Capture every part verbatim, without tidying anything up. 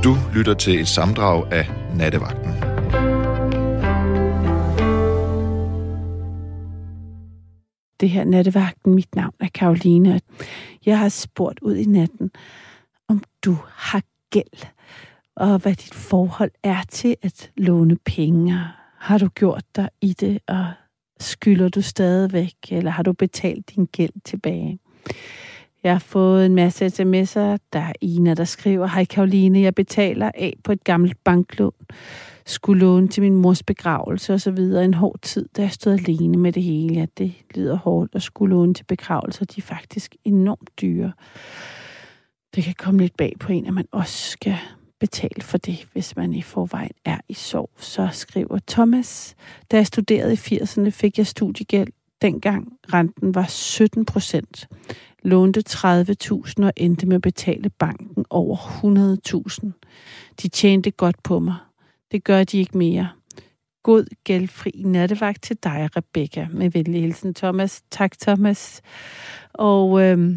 Du lytter til et sammendrag af Nattevagten. Det her Nattevagten, mit navn er Karoline. Jeg har spurgt ud i natten, om du har gæld, og hvad dit forhold er til at låne penge. Har du gjort dig i det, og skylder du stadigvæk, eller har du betalt din gæld tilbage? Jeg har fået en masse sms'er. Der er Ina, der skriver: Hej Karoline, jeg betaler af på et gammelt banklån. Skulle låne til min mors begravelse og så videre. En hård tid, da jeg stod alene med det hele. Ja, det lyder hårdt at skulle låne til begravelser. De er faktisk enormt dyre. Det kan komme lidt bag på en, at man også skal betale for det, hvis man i forvejen er i sorg. Så skriver Thomas: Da jeg studerede i firserne, fik jeg studiegæld. Dengang renten var sytten procent. Lånte tredive tusind og endte med at betale banken over hundrede tusind. De tjente godt på mig. Det gør de ikke mere. God gældfri nattevagt til dig, Rebecca. Med venlig hilsen, Thomas. Tak, Thomas. Og øhm,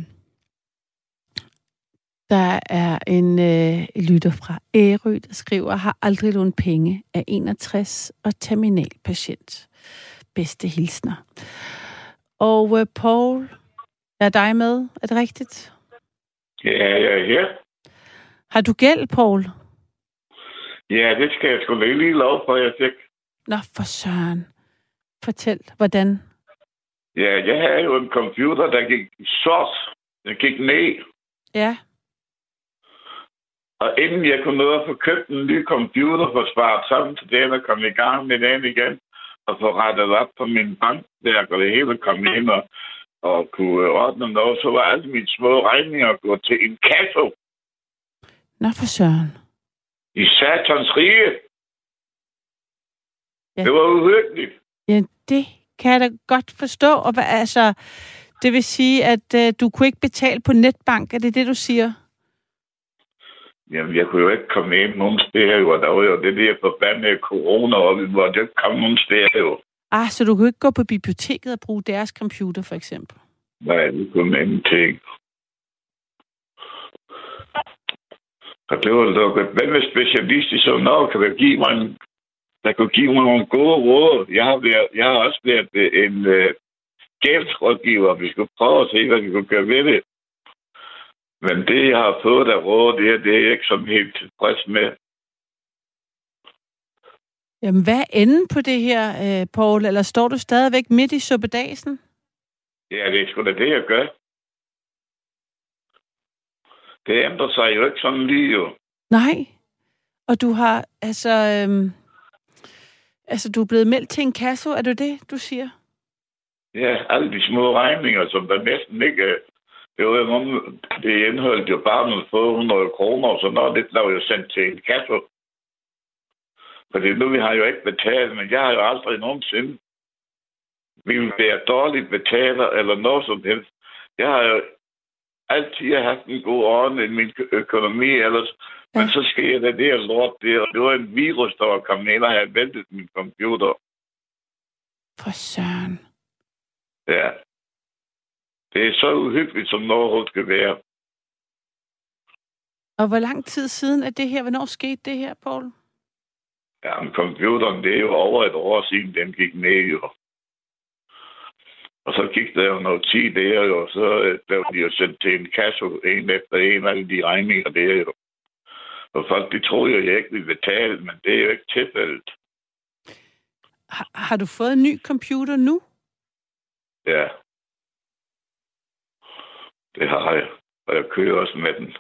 der er en øh, lytter fra Ærø, der skriver: Har aldrig lånt penge, af enogtres og terminalpatient. Bedste hilsner. Og øh, Paul, er dig med? Er det rigtigt? Ja, jeg er her. Har du gæld, Paul? Ja, det skal jeg sgu da lige lov for, jeg fik. Nå, for søren. Fortæl, hvordan? Ja, jeg havde jo en computer, der gik sort. Den gik ned. Ja. Og inden jeg kunne nå at få købt en ny computer for at spare sammen til den og komme i gang med den igen, og få rettet op på min bankværk, og det hele kom ind og, og kunne ordne noget, så var alle mine små regninger gået til en kasse. Nå, for søren. I satans rige. Ja. Det var uhyggeligt. Ja, det kan jeg da godt forstå. Og hvad, altså, det vil sige, at øh, du kunne ikke betale på netbank. Er det det, du siger? Jamen, jeg kunne jo ikke komme ind nogen steder, jo, og der var jo det der forbandede corona, og vi måtte jo ikke komme nogen steder, jo. Ah, så du kunne ikke gå på biblioteket og bruge deres computer, for eksempel? Nej, det kunne ingenting. Og det var lukket. Hvad med specialist i sådan noget, kan der give mig en, der kunne give mig nogle gode råd? Jeg har, været, jeg har også været en uh, gældsrådgiver. Vi skulle prøve at se, hvad vi kunne gøre ved det. Men det, jeg har fået af råd, det, det er jeg ikke sådan helt tilfreds med. Jamen, hvad er enden på det her, øh, Paul? Eller står du stadigvæk midt i suppedasen? Ja, det er sgu da det, jeg gør. Det ændrer sig jo ikke sådan lige, jo. Nej. Og du har, altså... Øhm, altså, du er blevet meldt til en kasse, er det det, du siger? Ja, alle de små regninger, som der næsten ikke... Det var jo nogle... Det indholdt jo bare nogle få hundrede kroner, så når det blev jo sendt til en kasse. Fordi nu, vi har jo ikke betalt, men jeg har jo aldrig nogensinde vil være dårligt betaler eller noget som helst. Jeg har jo altid haft en god orden i min økonomi, ellers, ja. Men så sker det der lort der. Det var en virus, der var kommet ind og havde væltet min computer. For søren. Ja. Det er så uhyggeligt, som noget overhovedet skal være. Og hvor lang tid siden er det her? Hvornår skete det her, Paul? Ja, men computeren, det er jo over et år siden, den gik ned, jo. Og så gik der jo noget tid der, jo, og så blev de jo sendt til en kasse, en efter en af alle de regninger der, jo. Og folk, de tror jo, jeg ikke vil betale, men det er jo ikke tilfældet. Har, har du fået en ny computer nu? Ja. Det har jeg, og jeg kører også med den.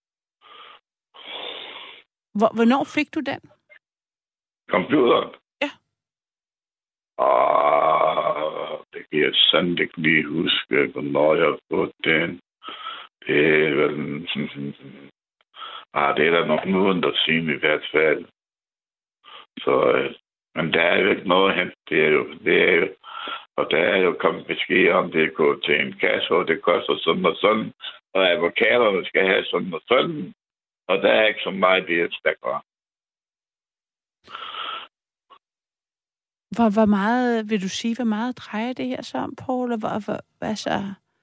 Hvor, hvornår fik du den? Computeren? Ja. Ah, det kan jeg sandt ikke lige huske, hvornår jeg har fået den. Det er vel... ah, det er der nogle måneder siden i hvert fald. Så, men der er jo ikke noget hen. Det er jo... Det er jo og der er jo kommet besked om, det går til en kasse, og det koster sådan og sådan. Og advokaterne skal have sådan og sådan. Og der er ikke så meget det, der går. Hvor, hvor meget, vil du sige, hvor meget drejer det her så om, Paul? Og hvor, hvor, altså,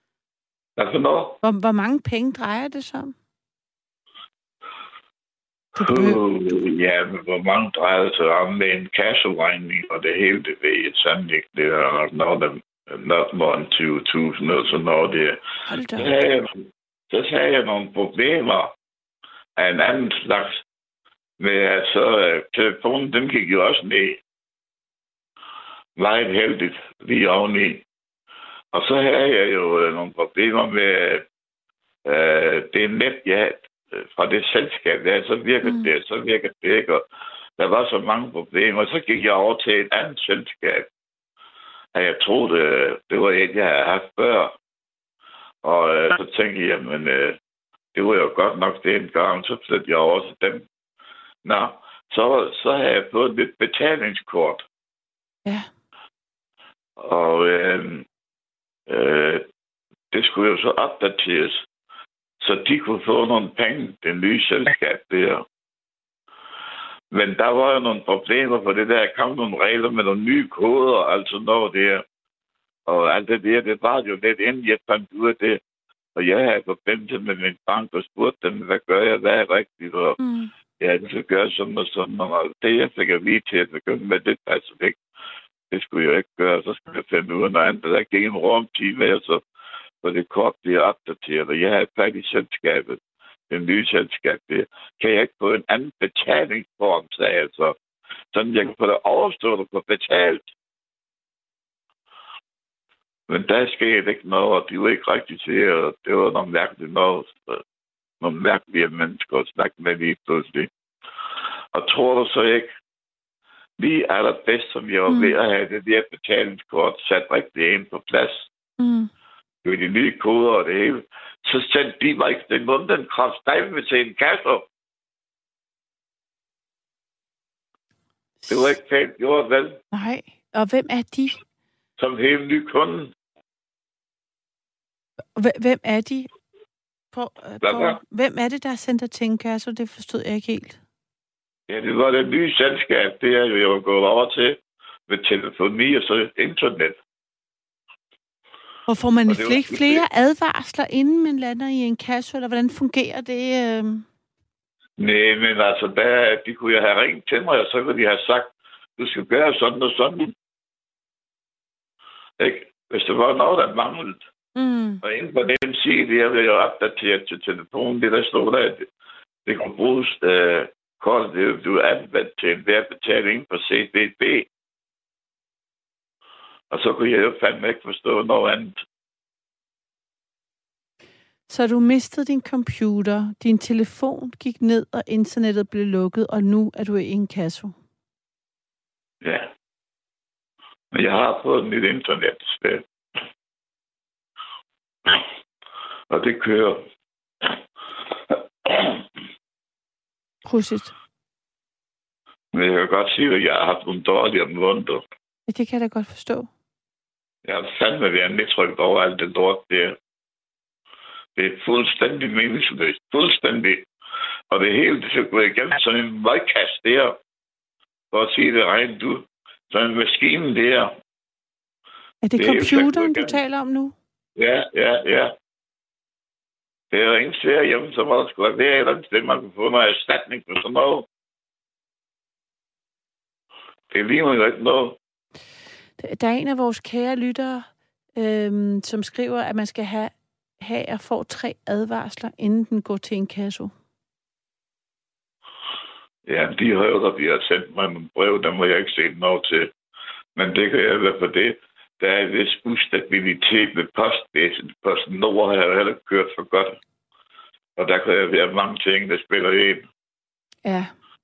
hvad for noget? Hvor, hvor mange penge drejer det så om? Du behøver, du... Ja, men hvor mange drejede sig om med en kasseregning, og det hele, det ved jeg sandt ikke. Det er nok noget, der nok more end tyve tusind eller sådan noget der. Så havde, jeg, så havde jeg nogle problemer af en anden slags. Men altså, telefonen, den gik jo også ned. Meget heldigt lige oveni. Og så havde jeg jo øh, nogle problemer med øh, det net, jeg havde fra det selskab. Ja, så virker mm. det, så virker det ikke. Og der var så mange problemer. Så gik jeg over til et andet selskab. Og jeg troede, det, det var et, jeg havde haft før. Og øh, så tænkte jeg, men øh, det var jo godt nok det en gang. Så flyttede jeg over til dem. Nå, så, så havde jeg fået et betalingskort. Ja. Og øh, øh, det skulle jo så opdateres, så de kunne få nogle penge, det nye selskab der. Men der var jo nogle problemer på det der. Der kom nogle regler med nogle nye koder, altså noget der. Og alt det der, det var jo lidt inden jeg fandt ud af det. Og jeg havde forbindelse med min bank og spurgte dem, hvad gør jeg, hvad er rigtigt? Og mm. ja, det skal gøre sådan og sådan. Og det, jeg fik at vide til at begynde med, det passer ikke. Det skulle jeg ikke gøre. Så skulle jeg finde ud af noget andet. Der gik en rumtime, og så for det kort bliver opdateret. Og jeg havde fat i selskabet. Det nye selskab der. Kan jeg ikke få en anden betalingsform, sagde jeg så. Sådan jeg kan få det overstået og få betalt. Men der skete ikke noget, og de var ikke rigtig til, og det var noget mærkeligt noget. Nogle mærkelige mennesker at snakke med lige pludselig. Og tror du så ikke, lige allerbedst, som jeg var mm. ved at have det der betalingskort sat rigtig ind på plads. Mm. Det var de nye koder og det hele. Så sendte de mig ikke den måde, den kraftstejme til en kasse. Det var ikke pænt gjort, vel? Nej, og hvem er de? Som helt ny kunde. Hvem er de? På, på, hvem er det, der har sendt dig til en kasse? Det forstod jeg ikke helt. Ja, det var det nye selskab. Det er jo jeg gået over til med telefoni og så internet. Og får man flere, flere advarsler, inden man lander i en kasse, eller hvordan fungerer det? Øh... Nej, men altså, der, de kunne jo have ringet til mig, og så kunne de have sagt, du skal gøre sådan og sådan. Ikke? Hvis det var noget, der manglede. Mm. Og inden på den side, jeg ville jo opdatere til telefonen, det der stod der, det, det kunne bruges, øh, kortet, det du anvendt til en hver betaling på C B B. Og så kunne jeg jo fandme ikke forstå noget andet. Så du mistede din computer, din telefon gik ned, og internettet blev lukket, og nu er du i en kasse. Ja. Men jeg har fået et nyt internet. Og det kører. Prosit. Men jeg kan godt sige, at jeg har haft nogle dårlige måneder. Ja, det kan jeg da godt forstå. Jeg har fandme været nedtrykt over alt det lort der. Det er fuldstændig meningsløst. Fuldstændig. Og det hele, det skal gå igennem sådan en møgkast der. For at sige det rent ud. Sådan en maskine der. Er det, det computeren, du taler om nu? Ja, ja, ja. Det er jo ingen svære hjemme, så må der skulle være et eller andet sted, man kunne få noget erstatning for sådan noget. Det ligner jo ikke noget. Der er en af vores kære lyttere, øhm, som skriver, at man skal have, have og få tre advarsler, inden den går til en kasse. Ja, de hører, at de har sendt mig nogle brev, der må jeg ikke se noget til. Men det kan jeg være for det. Der er en vis ustabilitet med postvæsenet. PostNord har jeg heller kørt for godt. Og der kan jeg være mange ting, der spiller ind. Ja.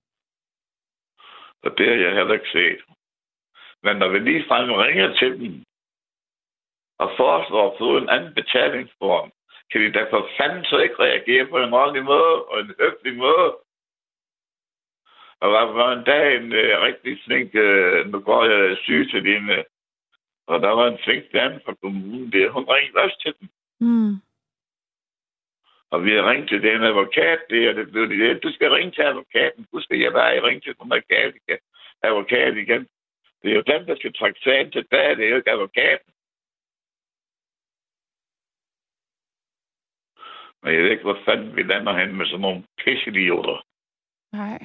Og det har jeg heller ikke set. Men når vi lige frem ringer til dem, og foreslår at få en anden betalingsform, kan de da for fanden så ikke reagere på en ordentlig måde og en høflig måde. Og der var en dag en uh, rigtig flink, uh, nu går jeg syg til din, uh, og der var en flink dame fra kommunen der. Hun ringede også til dem. Mm. Og vi har ringet til den advokat der, og det blev det. Du skal ringe til advokaten. Du skal jeg bare ringe til den advokat igen. advokat igen. Det er jo dem, der skal trække sagen tilbage. Det er jo ikke advokaten. Men jeg ved ikke, hvor fanden vi lander hen med sådan nogle pissidioter. Nej.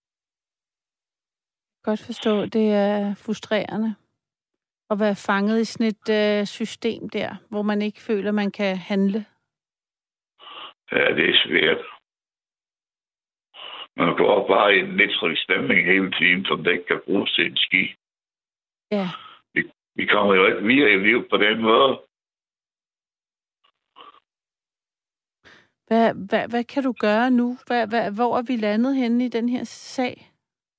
Godt forstå, det er frustrerende at være fanget i sådan et øh, system der, hvor man ikke føler, man kan handle. Ja, det er svært. Man går bare i en nedtrykt stemning hele tiden, som det ikke kan bruges til en ski. Ja. Vi, vi kommer jo ikke videre i livet på den måde. Hvad, hvad, hvad kan du gøre nu? Hvad, hvad, hvor er vi landet henne i den her sag?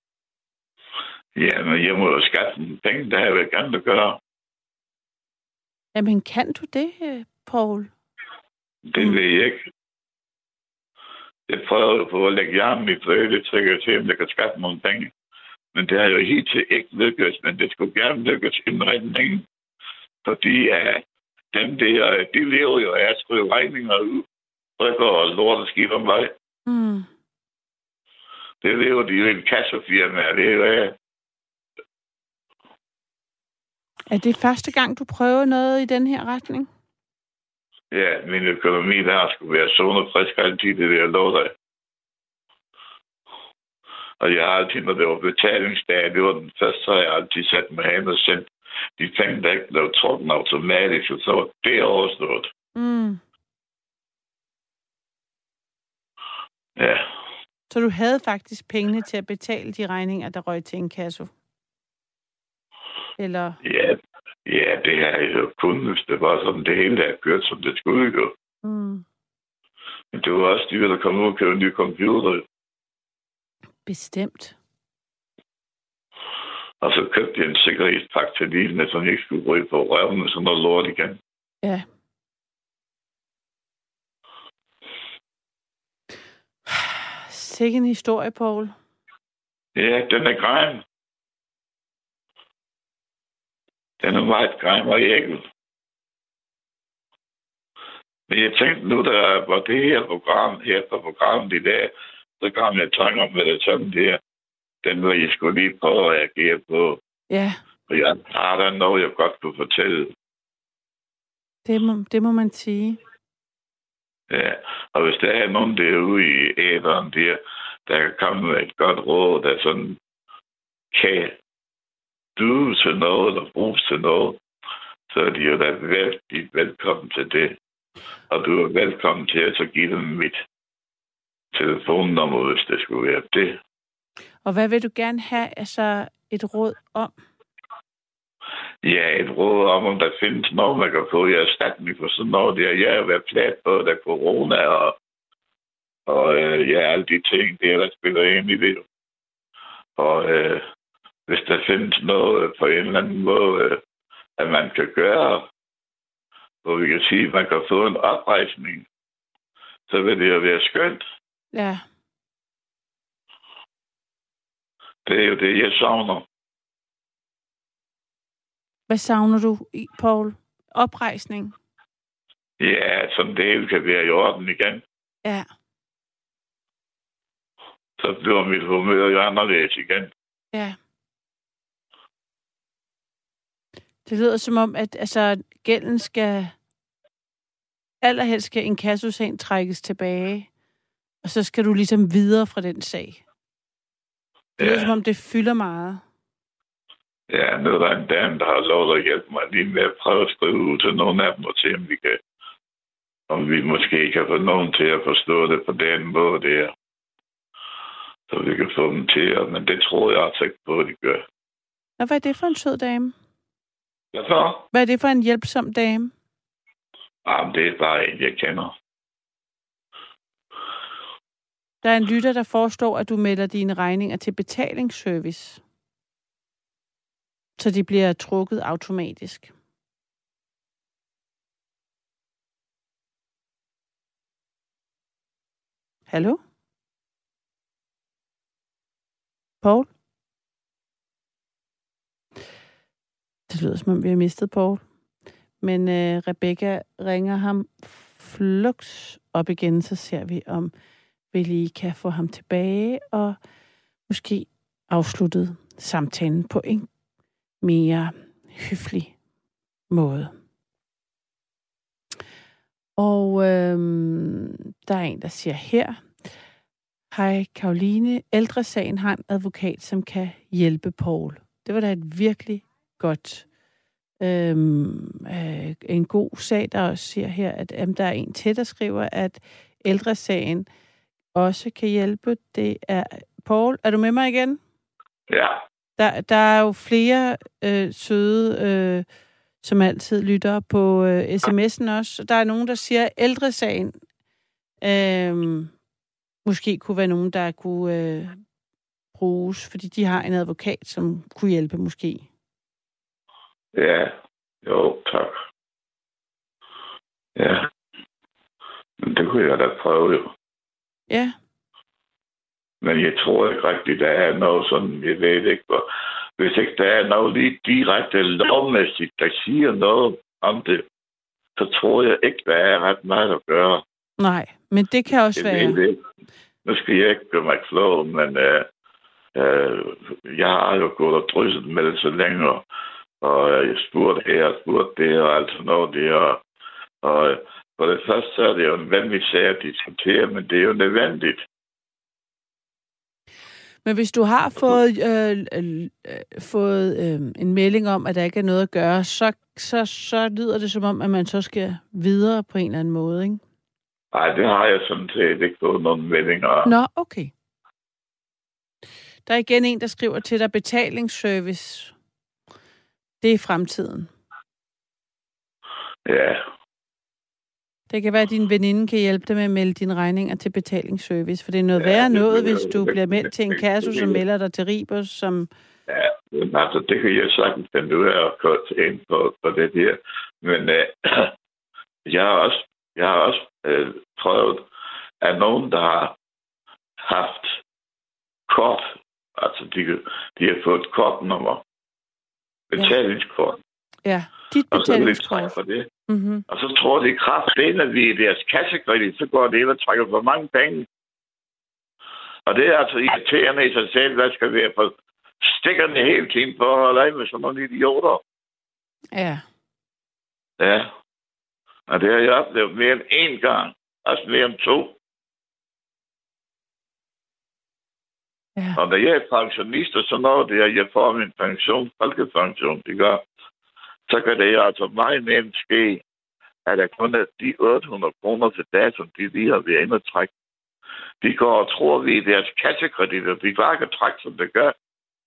Ja, men jeg må jo skaffe nogle penge, der har jeg gerne at gøre. Jamen, kan du det, Poul? Det mm. ved jeg ikke. Jeg prøver jo på at lægge hjernen i fløjte, trykker til, om jeg kan skaffe nogle penge. Men det har jo hittil ikke lykkedes, men det skulle gerne lykkes i en retning. Fordi at dem der, de lever jo af at skrive regninger ud. Trykker og lort og skidt om vej. Mm. Det lever de jo i en kassefirma, det er jo af. Er det første gang, du prøver noget i den her retning? Ja, min økonomi, der skulle være sund og frisk altid, det der lov dig. Og jeg har altid, når det var betalingsdag, det var den første, så har jeg altid sat mig hen og sendt de ting, der ikke blev trukket automatisk, og så var det overstået. Mm. Ja. Så du havde faktisk pengene til at betale de regninger, der røg til en kasse? Eller? Ja, ja, det har jeg jo kun, hvis det var sådan, det hele der kørt, som det skulle gå. Mm. Men det var også dyrt at komme ud og købe en ny computer. Bestemt. Og så købte jeg en sikkerhedspakke til livene, som jeg ikke skulle ryge på røven med sådan noget lort igen. Ja. Sikke en historie, Poul. Ja, den er grim. Den er meget grim og ægel. Men jeg tænkte nu, der var det her program, her på programmet i dag, så kom jeg tanke om, hvad det sådan der. Den var jeg skulle lige prøve at reagere på. Ja. Og jeg har der noget, jeg godt kunne fortælle. Det må, det må man sige. Ja, og hvis der er nogen derude i æderen der, der kan komme med et godt råd, der sådan kan du til noget, eller bruges til noget, så er de jo da vældig velkommen til det. Og du er velkommen til at så give dem mit telefonnummer, hvis det skulle være det. Og hvad vil du gerne have, altså et råd om? Ja, et råd om, om der findes noget, man kan få i erstatning for sådan noget der. Jeg har været plat på, der corona og, og øh, ja, alle de ting, der, der spiller ind i det. Og øh, hvis der findes noget på en eller anden måde, øh, at man kan gøre, hvor vi kan sige, at man kan få en oprejsning, så vil det jo være skønt. Ja. Det er jo det, jeg savner. Hvad savner du i, Poul? Oprejsning? Ja, som det hele kan være i orden igen. Ja. Så bliver mit humør jo anderledes igen. Ja. Det lyder som om, at altså, gælden skal allerhelst skal inkassosagen trækkes tilbage, og så skal du ligesom videre fra den sag. Det lyder ja. som om, det fylder meget. Ja, nu er der en dame, der har lovet at hjælpe mig lige med at prøve at skrive ud til nogle af dem, og se, om vi kan, om vi måske kan få nogen til at forstå det på den måde, det er. Så vi kan få dem til at, men det tror jeg altså ikke på, at de gør. Og hvad er det for en sød dame? Hvad så? Hvad er det for en hjælpsom dame? Jamen, det er bare en, jeg kender. Der er en lytter, der forestår, at du melder dine regninger til betalingsservice, så de bliver trukket automatisk. Hallo? Poul? Det lyder, som om vi har mistet Poul. Men øh, Rebecca ringer ham flux op igen, så ser vi, om vi lige kan få ham tilbage, og måske afsluttet samtalen på en mere høflig måde. Og øh, der er en, der siger her, Hej Karoline. Ældresagen har en advokat, som kan hjælpe Paul. Det var da et virkelig godt, øhm, øh, en god sag, der også siger her, at øhm, der er en til, der skriver, at ældresagen også kan hjælpe. Det er Paul. Er du med mig igen? Ja. Der, der er jo flere øh, søde, øh, som altid lytter på øh, sms'en også. Der er nogen, der siger, at ældresagen øh, måske kunne være nogen, der kunne øh, bruges, fordi de har en advokat, som kunne hjælpe måske. Ja, jo, tak. Ja. Men det kunne jeg da prøve, jo. Ja. Men jeg tror ikke rigtigt, der er noget sådan, jeg ved ikke, hvor... Hvis ikke der er noget lige direkte lovmæssigt, der siger noget om det, så tror jeg ikke, der er ret meget at gøre. Nej, men det kan også jeg være... Ved, nu skal jeg ikke gøre mig klog, men øh, øh, jeg har jo gået og drysset med det så længe, og jeg spurgte her, og spurgte det, og alt sådan noget der. Og, og for det første, så er det jo en vanvittig sag at diskutere, men det er jo nødvendigt. Men hvis du har fået, øh, øh, fået øh, en melding om, at der ikke er noget at gøre, så, så, så lyder det som om, at man så skal videre på en eller anden måde, ikke? Nej, det har jeg sådan set ikke fået nogen meldinger. Nå, okay. Der er igen en, der skriver til dig, betalingsservice. Det er fremtiden. Ja. Det kan være, at din veninde kan hjælpe dig med at melde dine regninger til betalingsservice, for det er noget ja, værre noget, hvis du bliver meldt til en kasse, som melder dig til Ribers, som... Ja, altså, det kan jeg sagtens finde ud af at gå ind på, på det her. Men øh, jeg har også, jeg har også øh, prøvet, at nogen, der har haft kort, altså de, de har fået et kortnummer, betalingskort. Ja, dit betalingskort. Og så for det. Mm-hmm. Og så tror de kraftedeme, at vi i deres kassekredit, så går det ind og trækker for mange penge. Og det er altså irriterende i sig selv, hvad skal være på stikkerne hele tiden for at holde af med sådan nogle idioter. Ja. Ja. Og det har jeg oplevet mere end én gang. Altså mere end to. Ja. Og når jeg er pensionist, og så når det er, at jeg får min pension, folkepension, det gør, så kan det altså meget nemt ske, at der kun er de otte hundrede kroner til dag, som de lige har været inde og trække. De går og tror, vi i deres kassekredit, og de bare kan trække, som det gør.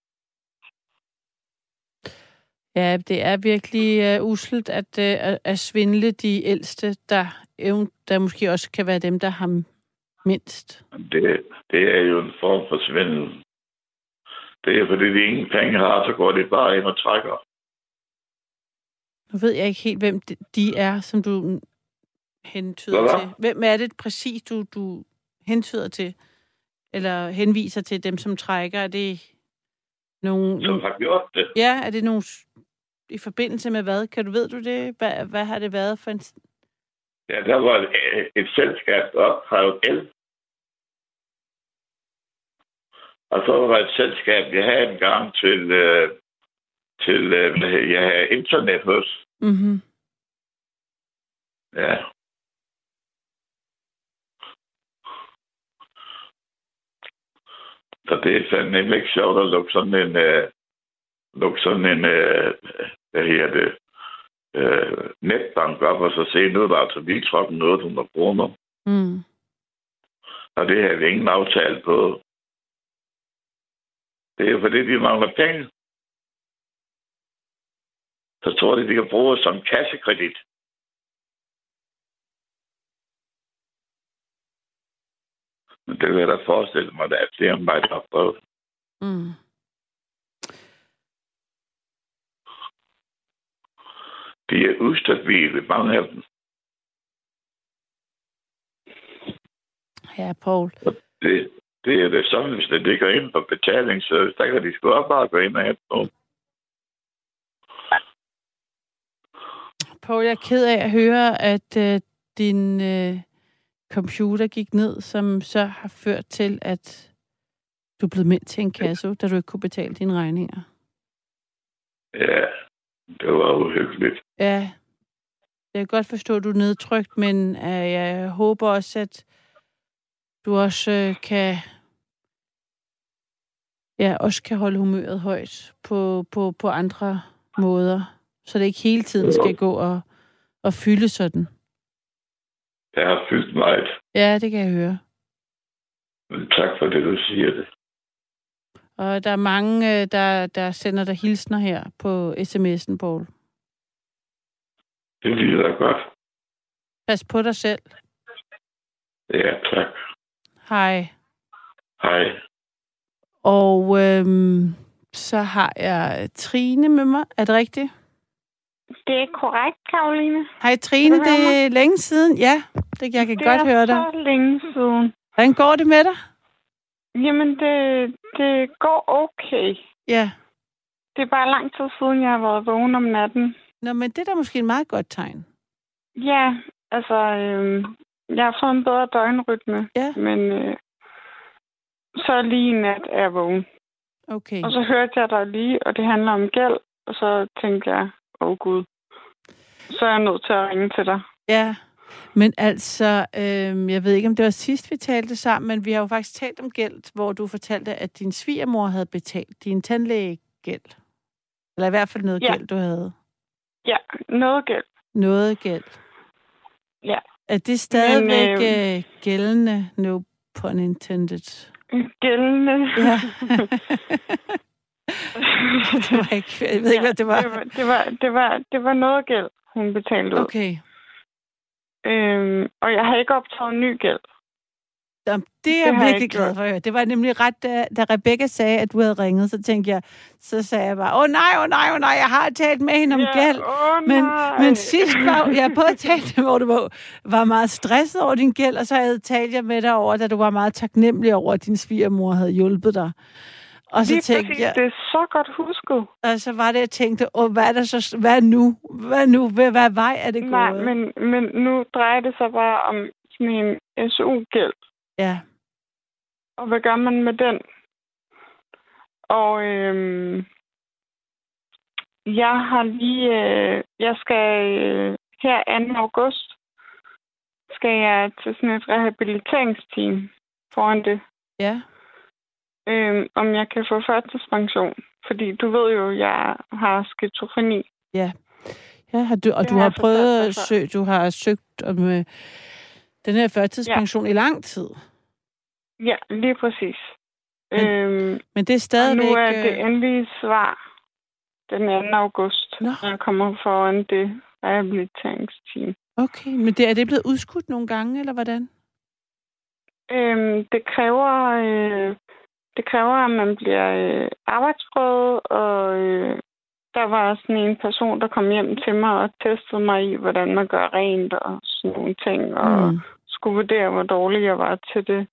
Ja, det er virkelig uh, usselt at, uh, at svindle de ældste, der, der måske også kan være dem, der har mindst. Det, det er jo en form for svindel. Det er, fordi de ingen penge har, så går de bare ind og trækker. Nu ved jeg ikke helt, hvem de er, som du hentyder til. Hvem er det præcis, du, du hentyder til? Eller henviser til dem, som trækker? Er det nogle... Som har gjort det? Ja, er det nogle... I forbindelse med hvad? Kan du, ved du det? Hvad, hvad har det været for en... Ja, der var et, et selskab, der opkrævede el. Og så var der et selskab, jeg havde en gang til... Øh, til, øh, jeg havde internet hos. Mhm. Ja. Så det er fandme ikke sjovt at lukke sådan en, øh, lukke sådan en, øh, hvad hedder det, øh, netbank op, og så se nu, der er altså lige tråkken otte hundrede kroner. Mm. Og det har vi ingen aftale på. Det er jo fordi, de mangler penge. Så tror de, de kan bruge som kassekredit. Men det vil jeg da forestille mig, at der er flere end mig, der har prøvet. Mm. De er ustabile, mange af dem. Ja, Paul. Det, det er det samme, hvis det ligger inde på betalingsservice. Der kan de sgu også bare gå ind og hente noget. Paul, jeg er ked af at høre, at øh, din øh, computer gik ned, som så har ført til, at du er blevet meldt til en kasse, da du ikke kunne betale dine regninger. Ja, det var uhyggeligt. Ja, jeg kan godt forstå, at du er nedtrykt, men øh, jeg håber også, at du også øh, kan ja, også kan holde humøret højt på, på, på andre måder. Så det ikke hele tiden skal gå og, og fylde sådan. Jeg har fyldt meget. Ja, det kan jeg høre. Men tak for det, du siger det. Og der er mange, der, der sender dig hilsner her på sms'en, Poul. Det lyder godt. Pas på dig selv. Ja, tak. Hej. Hej. Og øhm, så har jeg Trine med mig. Er det rigtigt? Det er korrekt, Karoline. Hej Trine, det er længe siden. Ja, det jeg kan det godt høre dig. Det er så længe siden. Hvordan går det med dig? Jamen, det, det går okay. Ja. Det er bare lang tid siden, jeg har været vågen om natten. Nå, men det er da måske en meget godt tegn. Ja, altså, øh, jeg har fået en bedre døgnrytme. Ja. Men øh, så lige i nat er jeg vågen. Okay. Og så hørte jeg dig lige, og det handler om gæld. Og så tænkte jeg, åh oh, gud, så er jeg nødt til at ringe til dig. Ja, men altså, øh, jeg ved ikke, om det var sidst, vi talte sammen, men vi har jo faktisk talt om gæld, hvor du fortalte, at din svigermor havde betalt din tandlægegæld. Eller i hvert fald noget ja. gæld, du havde. Ja, noget gæld. Noget gæld. Ja. Er det stadigvæk men, øh, gældende? No pun intended. Gældende? Ja. det var ikke, jeg ved ikke, ja, hvad det var. Det var, det var, det var, det var noget gæld, hun betalte ud. Okay. Øhm, og jeg har ikke optaget ny gæld. Jamen, det er jeg det virkelig glad for at høre. Det var nemlig ret, da, da Rebecca sagde, at du havde ringet, så tænkte jeg, så sagde jeg bare, åh nej, åh nej, åh nej, jeg har talt med hende om ja, gæld. Åh, men, nej. men sidst var jeg både talt med, hvor du var, var meget stresset over din gæld, og så havde talt jeg med dig over, da du var meget taknemmelig over, at din svigermor havde hjulpet dig. Og så Lige tænkte præcis, jeg, det er så godt husket. Og så var det, jeg tænkte, åh, hvad er der så, hvad nu? Hvad nu? Hvad, hvad vej er det gået? Nej, men, men nu drejer det sig bare om sådan en S U-gæld. Ja. Og hvad gør man med den? Og øhm, jeg har lige, øh, jeg skal øh, her anden august, skal jeg til sådan et rehabiliteringsteam foran det. Ja. Øhm, om jeg kan få førtidspension. Fordi du ved jo, jeg har skizofreni. Ja. Ja, har du, og det du har har prøvet at søge, du har søgt om øh, den her førtidspension ja. i lang tid. Ja, lige præcis. Men, øhm, men det er stadigvæk... Og nu er det endelige svar den anden august, Nå. når jeg kommer foran det rehabiliteringsteam. Okay, men det, er det blevet udskudt nogle gange, eller hvordan? Øhm, det kræver... Øh, det kræver, at man bliver øh, arbejdsprøvet, og øh, der var sådan en person, der kom hjem til mig og testede mig i, hvordan man gør rent og sådan nogle ting, og mm. skulle vurdere, hvor dårlig jeg var til det.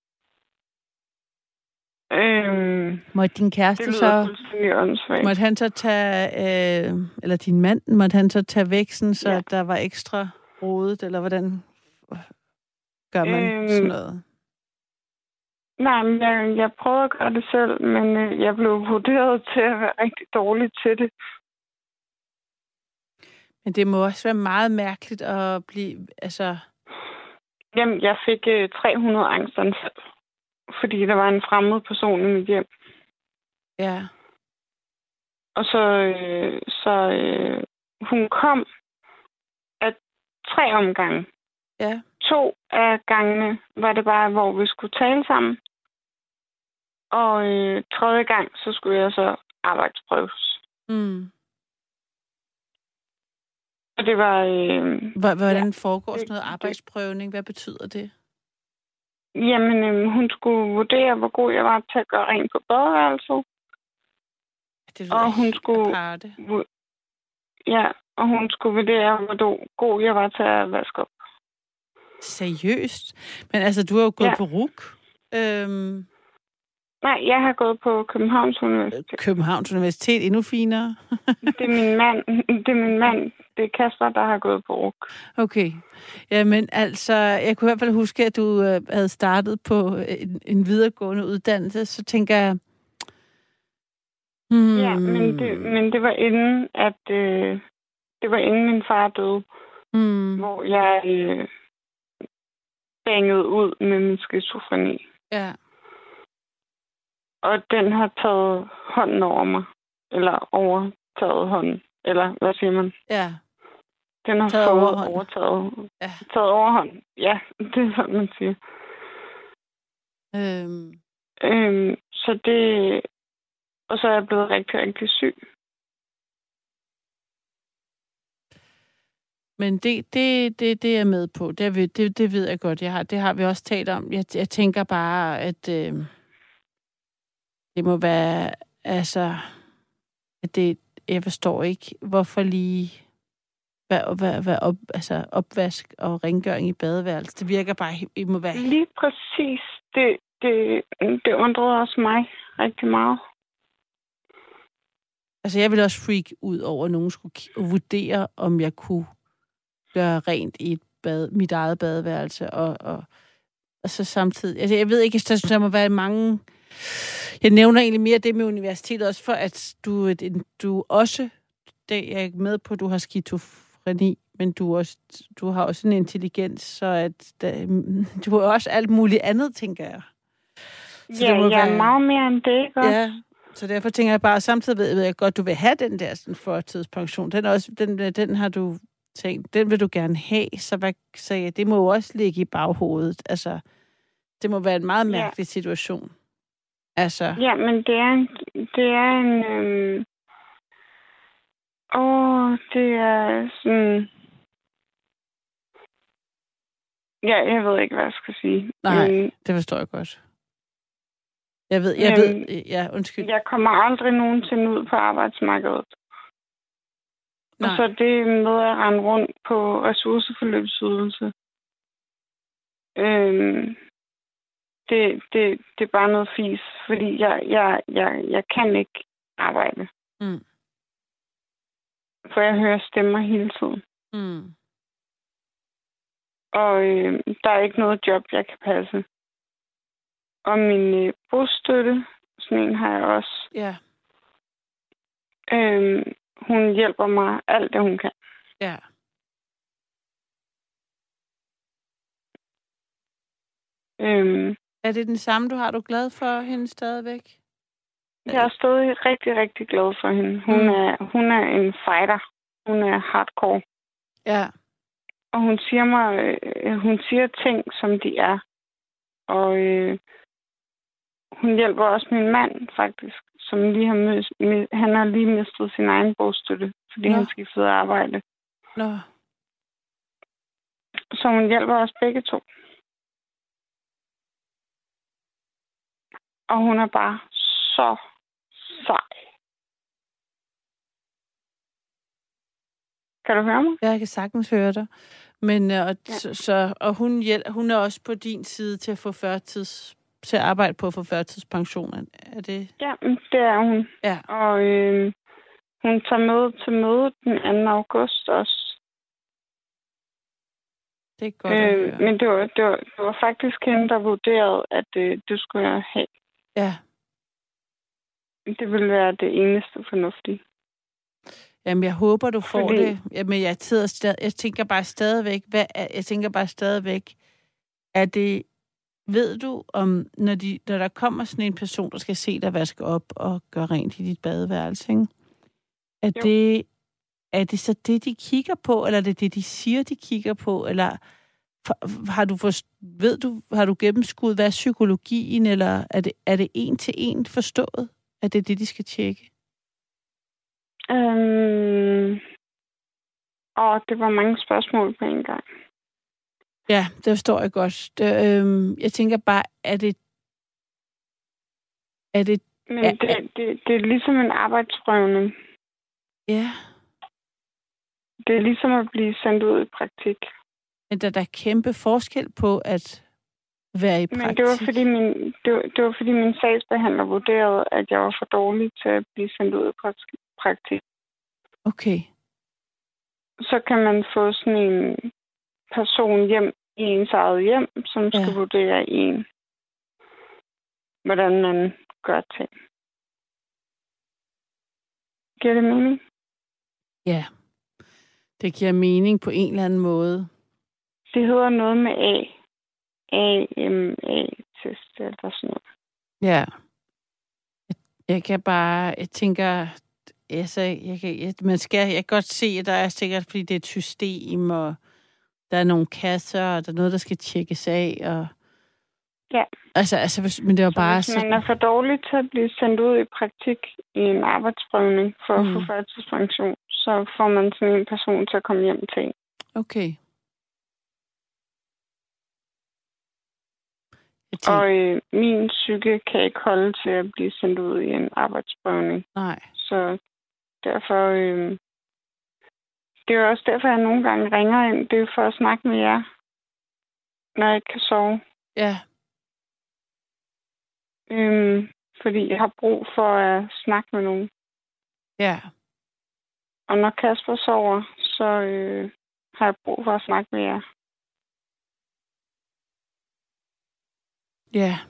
Øhm, måtte din kæreste det så... åndssvagt. Måtte han så tage... Øh, eller din mand, måtte han så tage væksten, så ja. der var ekstra rodet, eller hvordan gør man øhm, sådan noget? Nej, men jeg, jeg prøvede at gøre det selv, men øh, jeg blev vurderet til at være rigtig dårlig til det. Men det må også være meget mærkeligt at blive... Altså... Jamen, jeg fik øh, tre hundrede angstanfald, fordi der var en fremmed person i mit hjem. Ja. Og så, øh, så øh, hun kom af tre omgange. Ja. To af gangene var det bare, hvor vi skulle tale sammen. Og øh, tredje gang, så skulle jeg så arbejdsprøves. Mm. Og det var... Øh, Hvordan ja, foregår sådan noget arbejdsprøvning? Hvad betyder det? Jamen, øh, hun skulle vurdere, hvor god jeg var til at gøre rent på badeværelset. Det og hun skulle... Ja, og hun skulle vurdere, hvor god jeg var til at vaske op. Seriøst? Men altså, du har jo gået ja. på R U C. Øhm... Nej, jeg har gået på Københavns Universitet. Københavns Universitet, endnu finere. det er min mand, det er min mand, det er Kasper, der har gået på R U C. Okay. Jamen altså, jeg kunne i hvert fald huske, at du øh, havde startet på en, en videregående uddannelse, så tænker jeg... Hmm. Ja, men det, men det var inden, at øh, det var inden min far døde, hmm. hvor jeg øh, bangede ud med min skizofreni. Ja. Og den har taget hånden over mig. Eller overtaget hånden. Eller hvad siger man? Ja. Den har Taget fået overhånd. overtaget. Ja. Taget overhånd. Ja, det er sådan, man siger. Øhm, Øhm, så det... Og så er jeg blevet rigtig, rigtig syg. Men det, det, det, det er jeg med på. Det, er vi, det, det ved jeg godt. Jeg har, det har vi også talt om. Jeg, jeg tænker bare, at øh, det må være... Altså... At det, jeg forstår ikke, hvorfor lige... Hvad, hvad, hvad op, altså opvask og rengøring i badeværelset. Det virker bare... Det må være... Lige præcis. Det, det, det undrede også mig rigtig meget. Altså, jeg ville også freak ud over, at nogen skulle k- vurdere, om jeg kunne gøre rent i et bad, mit eget badeværelse. Og, og, og så samtidig... Altså, jeg ved ikke, der, der må være mange... Jeg nævner egentlig mere det med universitetet også, for at du, du også... Det jeg er med på, at du har skizofreni, men du, også, du har også en intelligens, så at der, du har også alt muligt andet, tænker jeg. Så Ja, det må jeg være, er meget mere end det, ikke også? ja, så derfor tænker jeg bare, samtidig ved, ved jeg godt, du vil have den der sådan, fortidspension. Den, er også, den, den har du tænkt, den vil du gerne have, så, hvad, så ja, det må jo også ligge i baghovedet. Altså, det må være en meget mærkelig ja. situation. Altså. Ja, men det er en... Det er en øhm... Åh, det er sådan... Ja, jeg ved ikke, hvad jeg skal sige. Nej, men, det forstår jeg godt. Jeg ved, jeg men, ved, ja, undskyld. Jeg kommer aldrig nogensinde ud på arbejdsmarkedet. Nej. Og så det med at rende rundt på ressourceforløbsydelse. Øhm, det, det, det er bare noget fis, fordi jeg, jeg, jeg, jeg kan ikke arbejde. Mm. For jeg hører stemmer hele tiden. Mm. Og øh, der er ikke noget job, jeg kan passe. Og min øh, bostøtte, sådan en har jeg også. Ja. Øhm, hun hjælper mig alt det, hun kan. Ja. Øhm, er det den samme, du har? Er du glad for hende stadigvæk? Jeg er stadig rigtig, rigtig glad for hende. Hun, mm. er, hun er en fighter. Hun er hardcore. Ja. Og hun siger mig, øh, hun siger ting, som de er. Og øh, hun hjælper også min mand, faktisk, som lige har møst, han har lige mistet sin egen bogstøtte, fordi Nå. han skiftede arbejde. Nå. Så hun hjælper os begge to. Og hun er bare så sej. Kan du høre mig? Ja, jeg kan sagtens høre dig. Men, og, ja. så, så, og hun, hjæl- hun er også på din side til at få førtids, til at arbejde på at få førtidspension. Er det? Ja, det er hun. Ja. Og øh, hun tager med til mødet den anden august også. Det er godt at øh, høre. Men det var, det, var, det var faktisk hende, der vurderede, at øh, det skulle jeg have. Ja. Det ville være det eneste fornuftige. Jamen, jeg håber, du får Fordi... det. Jamen, jeg, sidder stad... jeg tænker bare stadigvæk, hvad er... jeg tænker bare stadigvæk, er det, ved du, om, når, de, når der kommer sådan en person, der skal se dig vaske op og gøre rent i dit badeværelse, ikke? Er det, er det så det, de kigger på, eller er det det, de siger, de kigger på, eller har du forst... ved du, har du gennemskuet, hvad er psykologien, eller er det, er det en til en forstået, at det er det, de skal tjekke? Øhm... Og det var mange spørgsmål på en gang. Ja, det forstår jeg godt. Det, øhm, jeg tænker bare, er det... Er det... Men er, det, det, det er ligesom en arbejdsprøvning. Ja. Det er ligesom at blive sendt ud i praktik. Men der er der kæmpe forskel på at være i praktik. Men det var fordi min, det var, det var fordi min sagsbehandler vurderede, at jeg var for dårlig til at blive sendt ud i praktik. Okay. Så kan man få sådan en person hjem i ens eget hjem, som ja. skal vurdere en, hvordan man gør ting. Giver det mening? Ja. Det giver mening på en eller anden måde. Det hedder noget med A. A M A-test eller sådan noget. Ja. Jeg kan bare, jeg tænker, altså, jeg kan, jeg, man skal, jeg kan godt se, at der er sikkert, fordi det er et system, og der er nogle kasser, og der er noget, der skal tjekkes af, og Ja. altså, altså hvis, men det var Så bare hvis sådan, man er for dårlig til at blive sendt ud i praktik i en arbejdsprøvning for at Mm. få førtidspension, så får man sådan en person til at komme hjem til en. okay. Jeg tænker, Og øh, min psyke kan ikke holde til at blive sendt ud i en arbejdsprøvning. nej, Så derfor... Øh, det er jo også derfor, jeg nogle gange ringer ind. Det er jo for at snakke med jer, når jeg ikke kan sove. ja, Øhm, fordi jeg har brug for at snakke med nogen. ja, Og når Kasper sover, så øh, har jeg brug for at snakke med jer. ja.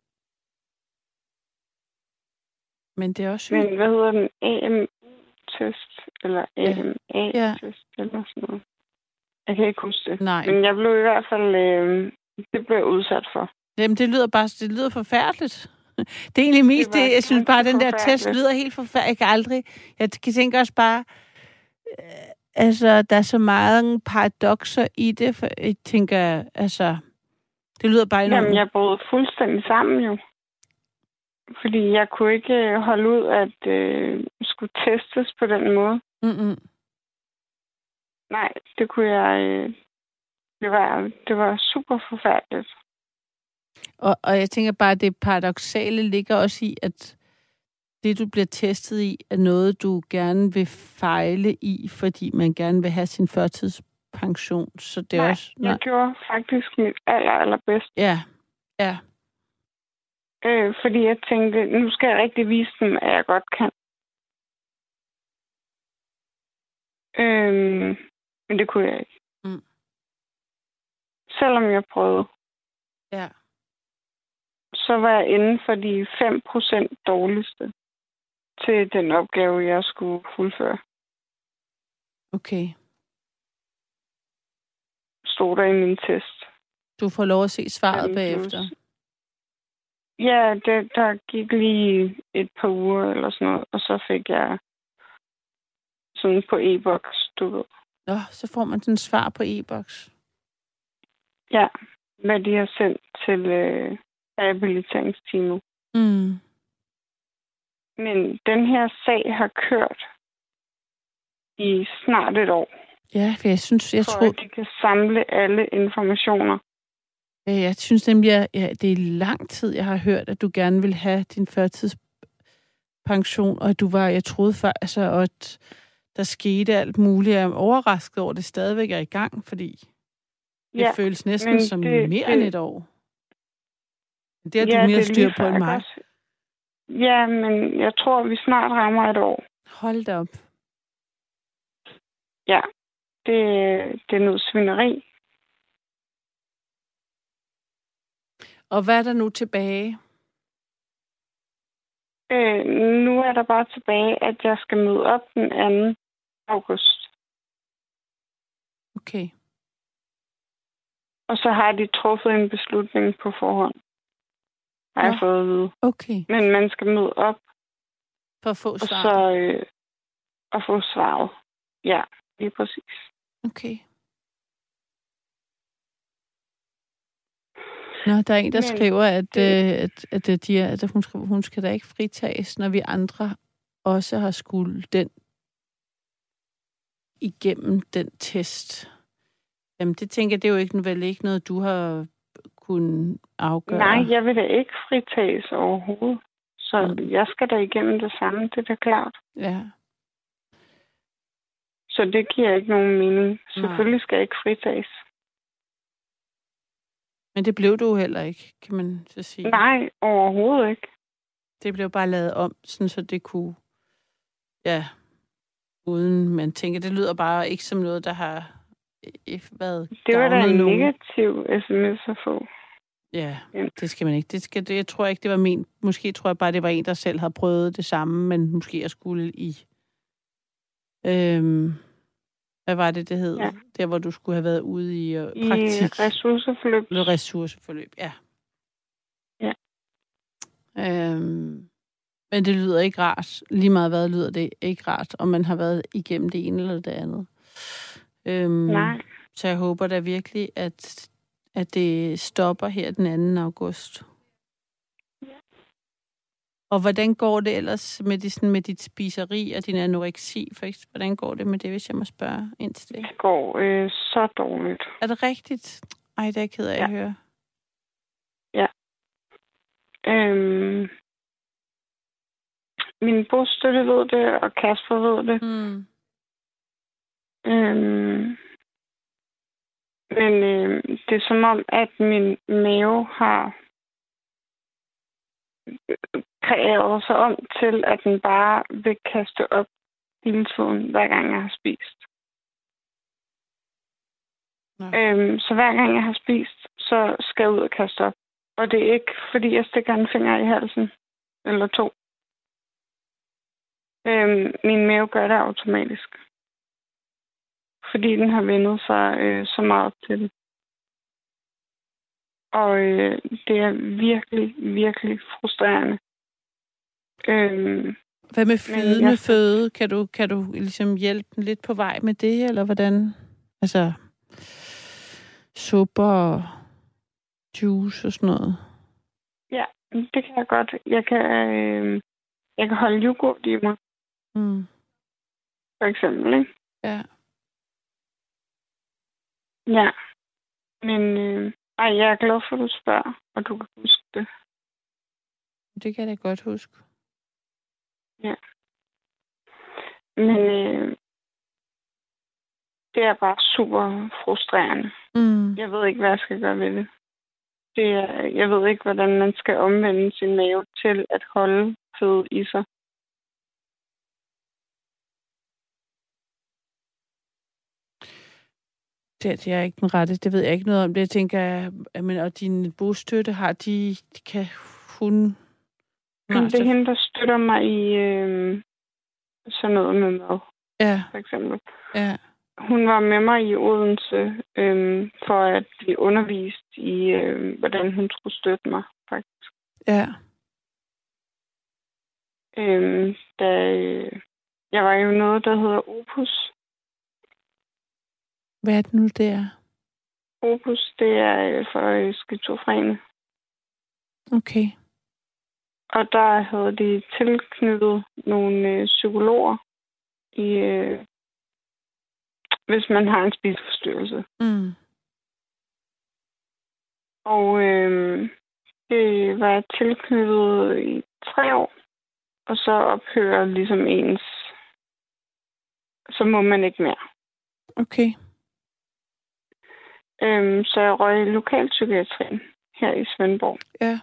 Men det er også sygt. Men hvad hedder den? A M U-test? Eller A M A-test? Ja. Eller sådan noget. Jeg kan ikke huske det. Nej. Men jeg blev i hvert fald... Øh, det blev jeg udsat for. Jamen, det lyder bare, det lyder forfærdeligt. Det er egentlig mest Det var det, jeg synes bare, den der ganske test forfærdeligt. lyder helt forfærdeligt. Jeg kan aldrig, jeg kan tænke også bare, øh, altså, der er så mange paradokser i det, for jeg tænker, altså, det lyder bare enormt. Jamen, jeg brød fuldstændig sammen jo. Fordi jeg kunne ikke øh, holde ud at øh, skulle testes på den måde. Mm-mm. Nej, det kunne jeg... Øh, det, var, det var super forfærdeligt. Og, og jeg tænker bare, at det paradoksale ligger også i, at det, du bliver testet i, er noget, du gerne vil fejle i, fordi man gerne vil have sin førtidspension. Så det er Nej, også... jeg gjorde faktisk mit aller, allerbedste. Ja, ja, Øh, fordi jeg tænkte, nu skal jeg rigtig vise dem, at jeg godt kan. Øh, men det kunne jeg ikke. Mm. Selvom jeg prøvede, ja. så var jeg inden for de fem procent dårligste til den opgave, jeg skulle fuldføre. Okay. Stod der i min test. Du får lov at se svaret Den bagefter. plus. Ja, det, der gik lige et par uger eller sådan noget, og så fik jeg sådan på e-boks, du ved. Nå, så får man den svar på e-boks. Ja, hvad de har sendt til øh, rehabiliteringsteamet. Mm. Men den her sag har kørt i snart et år, Ja, for jeg synes, jeg for tror, at de kan samle alle informationer. øh, jeg synes nemlig, at ja, det er lang tid, jeg har hørt, at du gerne vil have din førtidspension, og at du var, jeg troede før, altså, og at der skete alt muligt. Jeg er overrasket over, at det stadigvæk er i gang, fordi det Ja, føles næsten men som det- mere det- end et år. Det har ja, du mere det er styr lige på før, end ikke mig. også? Ja, men jeg tror, vi snart rammer et år. Hold da op. Ja, det, det er noget svineri. Og hvad er der nu tilbage? Øh, nu er der bare tilbage, at jeg skal møde op den anden august. Okay. Og så har de truffet en beslutning på forhånd. Har jeg Nå. fået at vide. Okay. Men man skal møde op, For at få og svar. så øh, og få svaret. Ja, lige præcis. Okay. Nå, der er en, der Men skriver, at, det- øh, at, at, at, de er, at hun, skriver, hun skal da ikke fritages, når vi andre også har skulle den igennem den test. Jamen, det tænker jeg, det er jo ikke, vel ikke noget, du har kunnet afgøre. Nej, jeg vil da ikke fritages overhovedet. Så Mm. jeg skal da igennem det samme, det er da klart. Ja. Så det giver ikke nogen mening. Selvfølgelig skal jeg ikke fritages. Men det blev du jo heller ikke, kan man så sige. Nej, overhovedet ikke. Det blev bare lavet om, sådan så det kunne, ja, uden man tænker, det lyder bare ikke som noget, der har øh, været Det var da gavnet en nogen. negativ sms at få. Ja, Ja. det skal man ikke. Det skal, det, jeg tror ikke, det var min. Måske tror jeg bare, det var en, der selv havde prøvet det samme, men måske jeg skulle i... Øhm, hvad var det, det hed? Ja. Der, hvor du skulle have været ude i øh, I praktik. ressourceforløb. Eller ressourceforløb, ja. Ja. Øhm, Men det lyder ikke rart. Lige meget hvad lyder det ikke rart, om man har været igennem det ene eller det andet. Øhm, Nej. Så jeg håber da virkelig, at, at det stopper her den anden august. Og hvordan går det ellers med, det, sådan med dit spiseri og din anoreksi? For eksempel? Hvordan går det med det, hvis jeg må spørge ind til det? Det går øh, så dårligt. Er det rigtigt? Ej, det er jeg ked af Ja. at høre. Ja. Øhm, min bostøtte ved det, og Kasper ved det. Mm. Øhm, men øh, det er som om, at min mave har kreeret sig om til, at den bare vil kaste op hele tiden, hver gang jeg har spist. Nå. Øhm, så hver gang jeg har spist, så skal jeg ud og kaste op. Og det er ikke, fordi jeg stikker en finger i halsen. Eller to. Øhm, min mave gør det automatisk. Fordi den har vendet sig øh, så meget til det. Og øh, det er virkelig, virkelig frustrerende. Øhm, Hvad med flydende jeg... føde? Kan du, kan du ligesom hjælpe den lidt på vej med det, eller hvordan? Altså, supper og juice og sådan noget? Ja, det kan jeg godt. Jeg kan, øh, jeg kan holde yoghurt i mig. Mm. For eksempel, ikke? Ja. Ja. Men øh, ej, jeg er glad for, at du spørger, og du kan huske det. Det kan jeg da godt huske. Ja. Men øh, det er bare super frustrerende. Mm. Jeg ved ikke, hvad jeg skal gøre ved det. det er, jeg ved ikke, hvordan man skal omvende sin mave til at holde føde i sig. Det, det er ikke den rette, det ved jeg ikke noget om. Det jeg tænker, at men, og din bostøtte har de, de kan hun... Men det er hende, der støtter mig i øh, sådan noget med mad, ja. For eksempel. Ja. Hun var med mig i Odense øh, for at blive undervist i, øh, hvordan hun skulle støtte mig, faktisk. Ja. Øh, da, øh, jeg var jo noget, der hedder Opus. Hvad er det nu, det er? Opus, det er øh, for øh, skizofrene. Okay. Og der havde de tilknyttet nogle øh, psykologer, i, øh, hvis man har en spiseforstyrrelse. Mm. Og øh, det var jeg tilknyttet i tre år. Og så ophører ligesom ens, så må man ikke mere. Okay. Øhm, så jeg røg i lokalpsykiatrien her i Svendborg. Ja.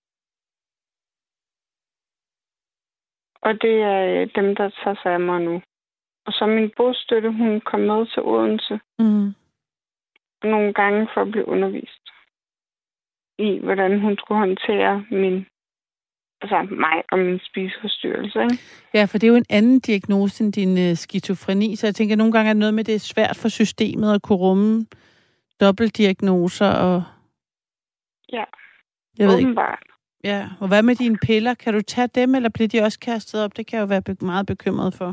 Og det er dem, der tager sig af mig nu. Og så min bostøtte, hun kom med til Odense. Mm. Nogle gange for at blive undervist i, hvordan hun skulle håndtere min, altså mig og min spiseforstyrrelse. Ikke? Ja, for det er jo en anden diagnose end din uh, skizofreni, så jeg tænker, at nogle gange er det noget med, det er svært for systemet at kunne rumme dobbeltdiagnoser og... Ja, jeg ved åbenbart. Ikke. Ja, og hvad med dine piller? Kan du tage dem, eller bliver de også kastet op? Det kan jeg jo være be- meget bekymret for.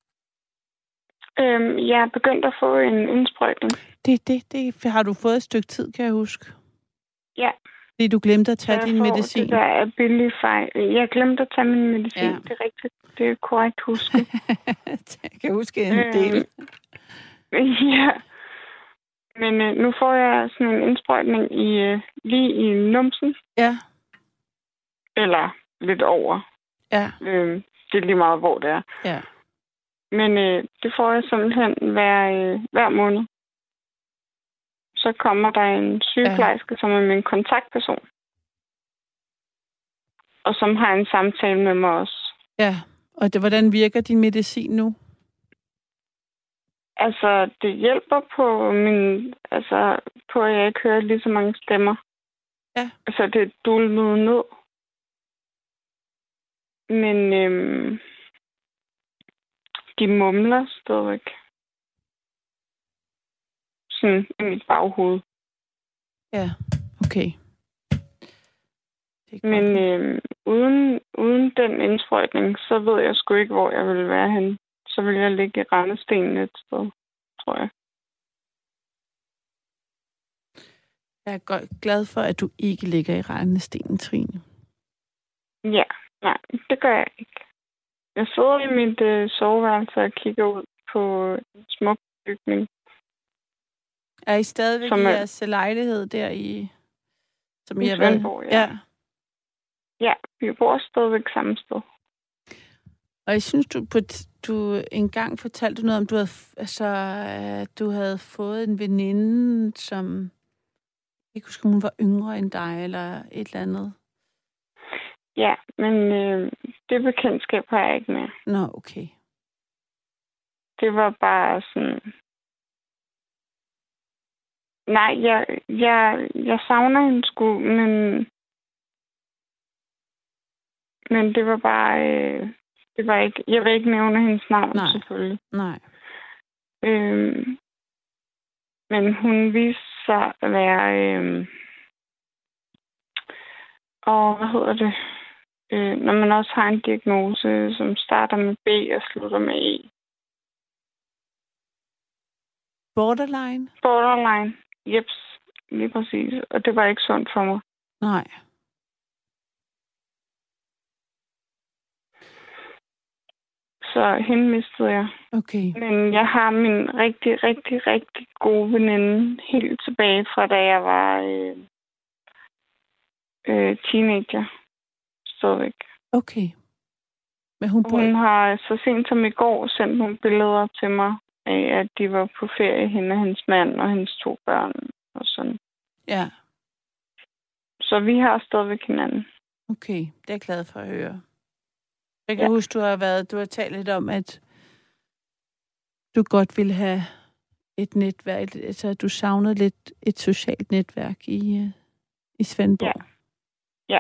Øhm, jeg er begyndt at få en indsprøjtning. Det, det, det har du fået et stykke tid, kan jeg huske. Ja. Fordi du glemte at tage jeg din medicin. Det der er billig fejl. Jeg glemte at tage min medicin. Ja. Det er rigtigt. Det er korrekt husket. Jeg kan huske en del. Øhm, ja. Men øh, nu får jeg sådan en indsprøjtning i, øh, lige i numsen. Ja. Eller lidt over. Ja. Øhm, det er lige meget, hvor det er. Ja. Men øh, det får jeg simpelthen hver, øh, hver måned. Så kommer der en sygeplejerske, ja. Som er min kontaktperson. Og som har en samtale med mig også. Ja, og det, hvordan virker din medicin nu? Altså, det hjælper på min... Altså, på at jeg ikke hører lige så mange stemmer. Ja. Altså, det er dulmet ned. Men øhm, de mumler stadigvæk. Sådan i mit baghoved. Ja, okay. Men øhm, uden, uden den indsprøjtning, så ved jeg sgu ikke, hvor jeg vil være henne. Så vil jeg ligge i rendestenen et sted, tror jeg. Jeg er godt glad for, at du ikke ligger i rendestenen, Trine. Ja, nej, det gør jeg ikke. Jeg sidder i mit øh, soveværelse og kigger ud på en smuk bygning. Er I stadigvæk Som i er- jeres lejlighed der i... Som I I har været- Svendborg, ja. ja. Ja, vi bor stadigvæk samme sted. Og jeg synes, du, på t- du engang fortalte noget om, du havde, f- altså, at du havde fået en veninde, som... Jeg kan huske, om hun var yngre end dig, eller et eller andet. Ja, men øh, det bekendtskab har jeg ikke mere. Nå, okay. Det var bare sådan... Nej, jeg, jeg, jeg savner hende sgu, men... Men det var bare... Øh, det var ikke... Jeg vil ikke nævne hendes navn, Nej. selvfølgelig. Nej. Øhm, men hun viste sig at være... Øh, og hvad hedder det? Øh, når man også har en diagnose, som starter med B og slutter med E. Borderline? Borderline. Jeps, lige præcis. Og det var ikke sundt for mig. Nej. Så hende mistede jeg. Okay. Men jeg har min rigtig, rigtig, rigtig gode veninde helt tilbage fra da jeg var øh, øh, teenager. Stadigvæk. Okay. Men hun bor... Hun har så sent som i går sendt nogle billeder til mig af, at de var på ferie, hende og hendes mand og hendes to børn og sådan. Ja. Så vi har stadigvæk hinanden. Okay. Det er jeg glad for at høre. Jeg kan Ja. huske, du har været... Du har talt lidt om, at du godt ville have et netværk. Altså, du savnede lidt et socialt netværk i, øh, i Svendborg. Ja.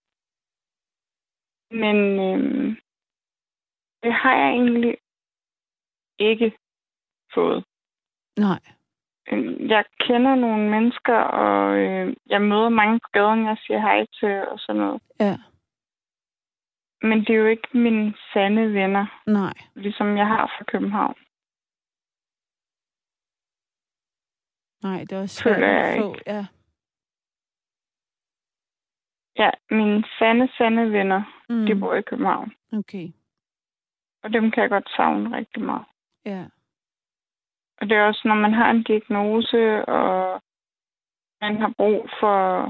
Men øhm, det har jeg egentlig ikke fået. Nej. Øhm, Jeg kender nogle mennesker, og øh, jeg møder mange på gaden, jeg siger hej til og sådan noget. Ja. Men det er jo ikke mine sande venner, Nej. ligesom jeg har fra København. Nej, det er også svært Føler jeg at få. Ja. Ja, mine sande, sande venner, Mm. de bor i København. Okay. Og dem kan jeg godt savne rigtig meget. Ja. Og det er også, når man har en diagnose, og man har brug for...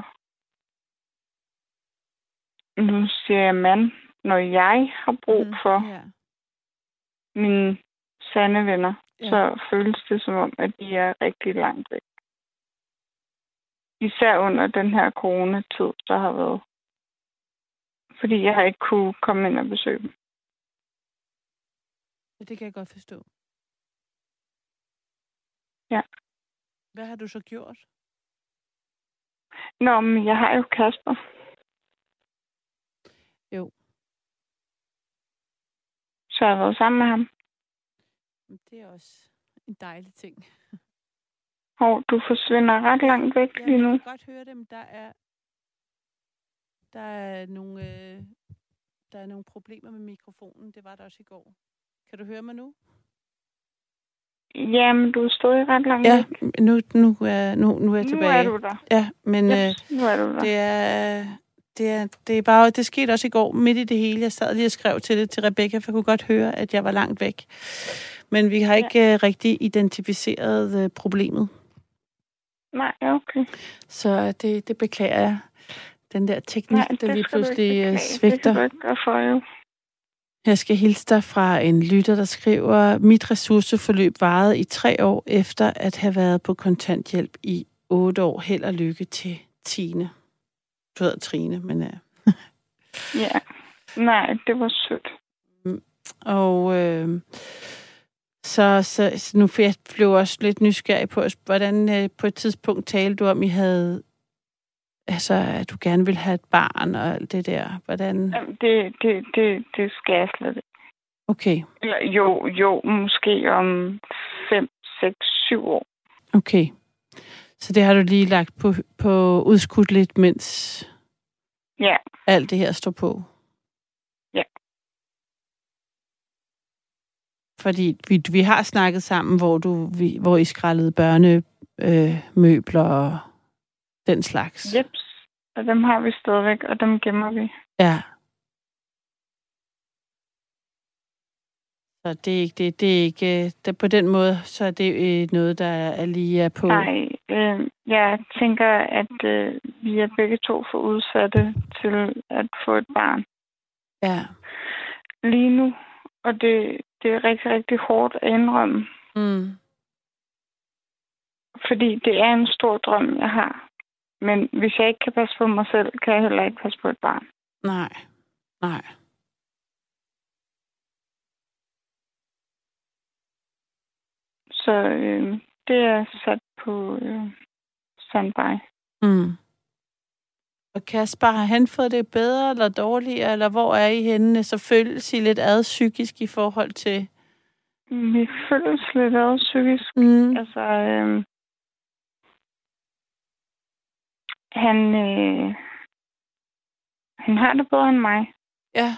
Nu siger jeg mand. Når jeg har brug Mm. for Ja. mine sande venner, Ja. så føles det som om, at de er rigtig langt væk. Især under den her coronatid, der har været. Fordi jeg har ikke kunne komme ind og besøge dem. Ja, det kan jeg godt forstå. Ja. Hvad har du så gjort? Nå, men jeg har jo Kasper. Jo. Så jeg har været sammen med ham. Det er også en dejlig ting. Og du forsvinder ret langt væk Ja, lige nu. jeg kan godt høre dem. Der er, der er nogle, øh, der er nogle problemer med mikrofonen. Det var der også i går. Kan du høre mig nu? Jamen, du er stadig ret langt Ja, væk. nu, nu, er, nu, nu er jeg Nu tilbage. er du der. Ja, men øh, Yes, nu er du der. det er... Det er, det er bare, det skete også i går, midt i det hele. Jeg sad lige og skrev til det til Rebecca, for jeg kunne godt høre, at jeg var langt væk. Men vi har ikke ja. uh, rigtig identificeret uh, problemet. Nej, okay. Så det, det beklager jeg. Den der teknik, Nej, der lige det skal du pludselig ikke uh, beklage. svigter. Det kan du ikke gøre for, jo. Jeg skal hilse dig fra en lytter, der skriver, mit ressourceforløb varede i tre år efter at have været på kontanthjælp i otte år. Held og lykke til Tine. Du hedder Trine, men... Uh... Ja. Nej, det var sødt. Og øh, så, så, så nu jeg blev jeg også lidt nysgerrig på, hvordan øh, på et tidspunkt talte du om, I havde, altså, at du gerne ville have et barn og alt det der. Hvordan? Jamen, det, det, det, det skal jeg slet ikke. Okay. Eller jo, jo, måske om fem, seks, syv år. Okay. Så det har du lige lagt på, på udskudt lidt, mens... Ja. alt det her står på. Ja. Fordi vi, vi har snakket sammen, hvor, du, vi, hvor I skrællede børnemøbler øh, møbler og den slags. Jeps. Og dem har vi stadigvæk, og dem gemmer vi. Ja. Så det er ikke det, det er ikke det, på den måde, så er det øh, noget, der er lige er på. Nej, øh, jeg tænker, at øh, vi er begge to for udsatte til at få et barn. Ja. Lige nu, og det, det er rigtig, rigtig hårdt at indrømme. Mm. Fordi det er en stor drøm, jeg har. Men hvis jeg ikke kan passe på mig selv, kan jeg heller ikke passe på et barn. Nej, nej. Så øh, det er sat på øh, standby. Mm. Og Kasper, har han fået det bedre eller dårligere, eller hvor er I henne? Så føles I lidt ad psykisk i forhold til? Vi føles lidt ad psykisk. Mm. Altså, øh, han, øh, han har det bedre end mig. Ja.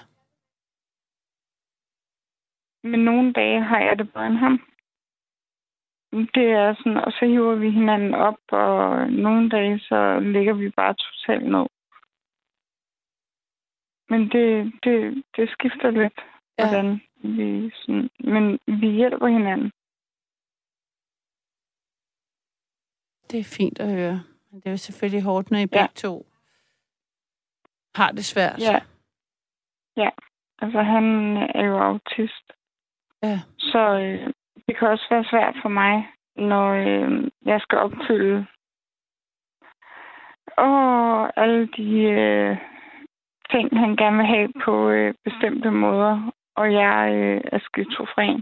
Men nogle dage har jeg det bedre end ham. Det er sådan, og så hiver vi hinanden op, og nogle dage, så ligger vi bare totalt ned. Men det, det, det skifter lidt, Ja. hvordan vi sådan, men vi hjælper hinanden. Det er fint at høre. Men det er jo selvfølgelig hårdt, når I begge Ja. to har det svært. Ja. Ja, altså han er jo autist. Ja. Så øh, det kan også være svært for mig, når øh, jeg skal opfylde åh, alle de øh, ting, han gerne vil have på øh, bestemte måder, og jeg øh, er skizofren.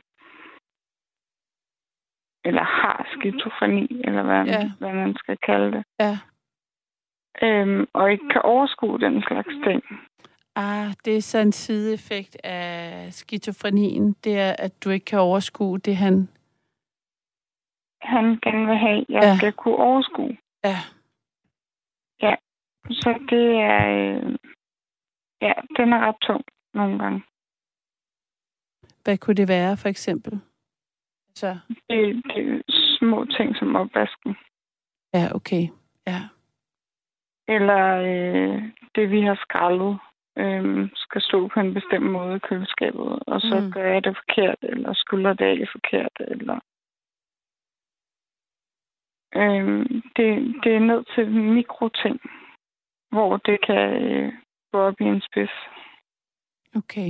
Eller har skizofreni, eller hvad, Ja. hvad man skal kalde det. Ja. Øhm, og ikke kan overskue den slags ting. Ah, det er så en sideeffekt af skizofrenien. Det er, at du ikke kan overskue det, han... Han gerne vil have, jeg Ja. skal kunne overskue. Ja. Ja, så det er... Øh, ja, den er ret tung nogle gange. Hvad kunne det være, for eksempel? Så. Det, det er små ting som opvasken. Ja, okay. Ja. Eller øh, det, vi har skrællet, øh, skal stå på en bestemt måde i køleskabet, og så Mm. gør jeg det forkert, eller skylder det ikke forkert, eller... Øh, det, det er ned til mikroting, hvor det kan øh, gå op i en spids. Okay.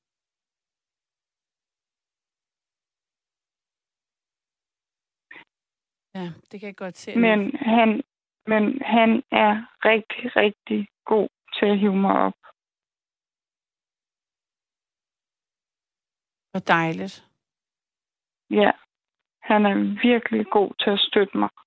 Ja, det kan jeg godt se. nu. Men han, men han er rigtig, rigtig god til at hive mig op. Hvor dejligt. Ja, han er virkelig god til at støtte mig.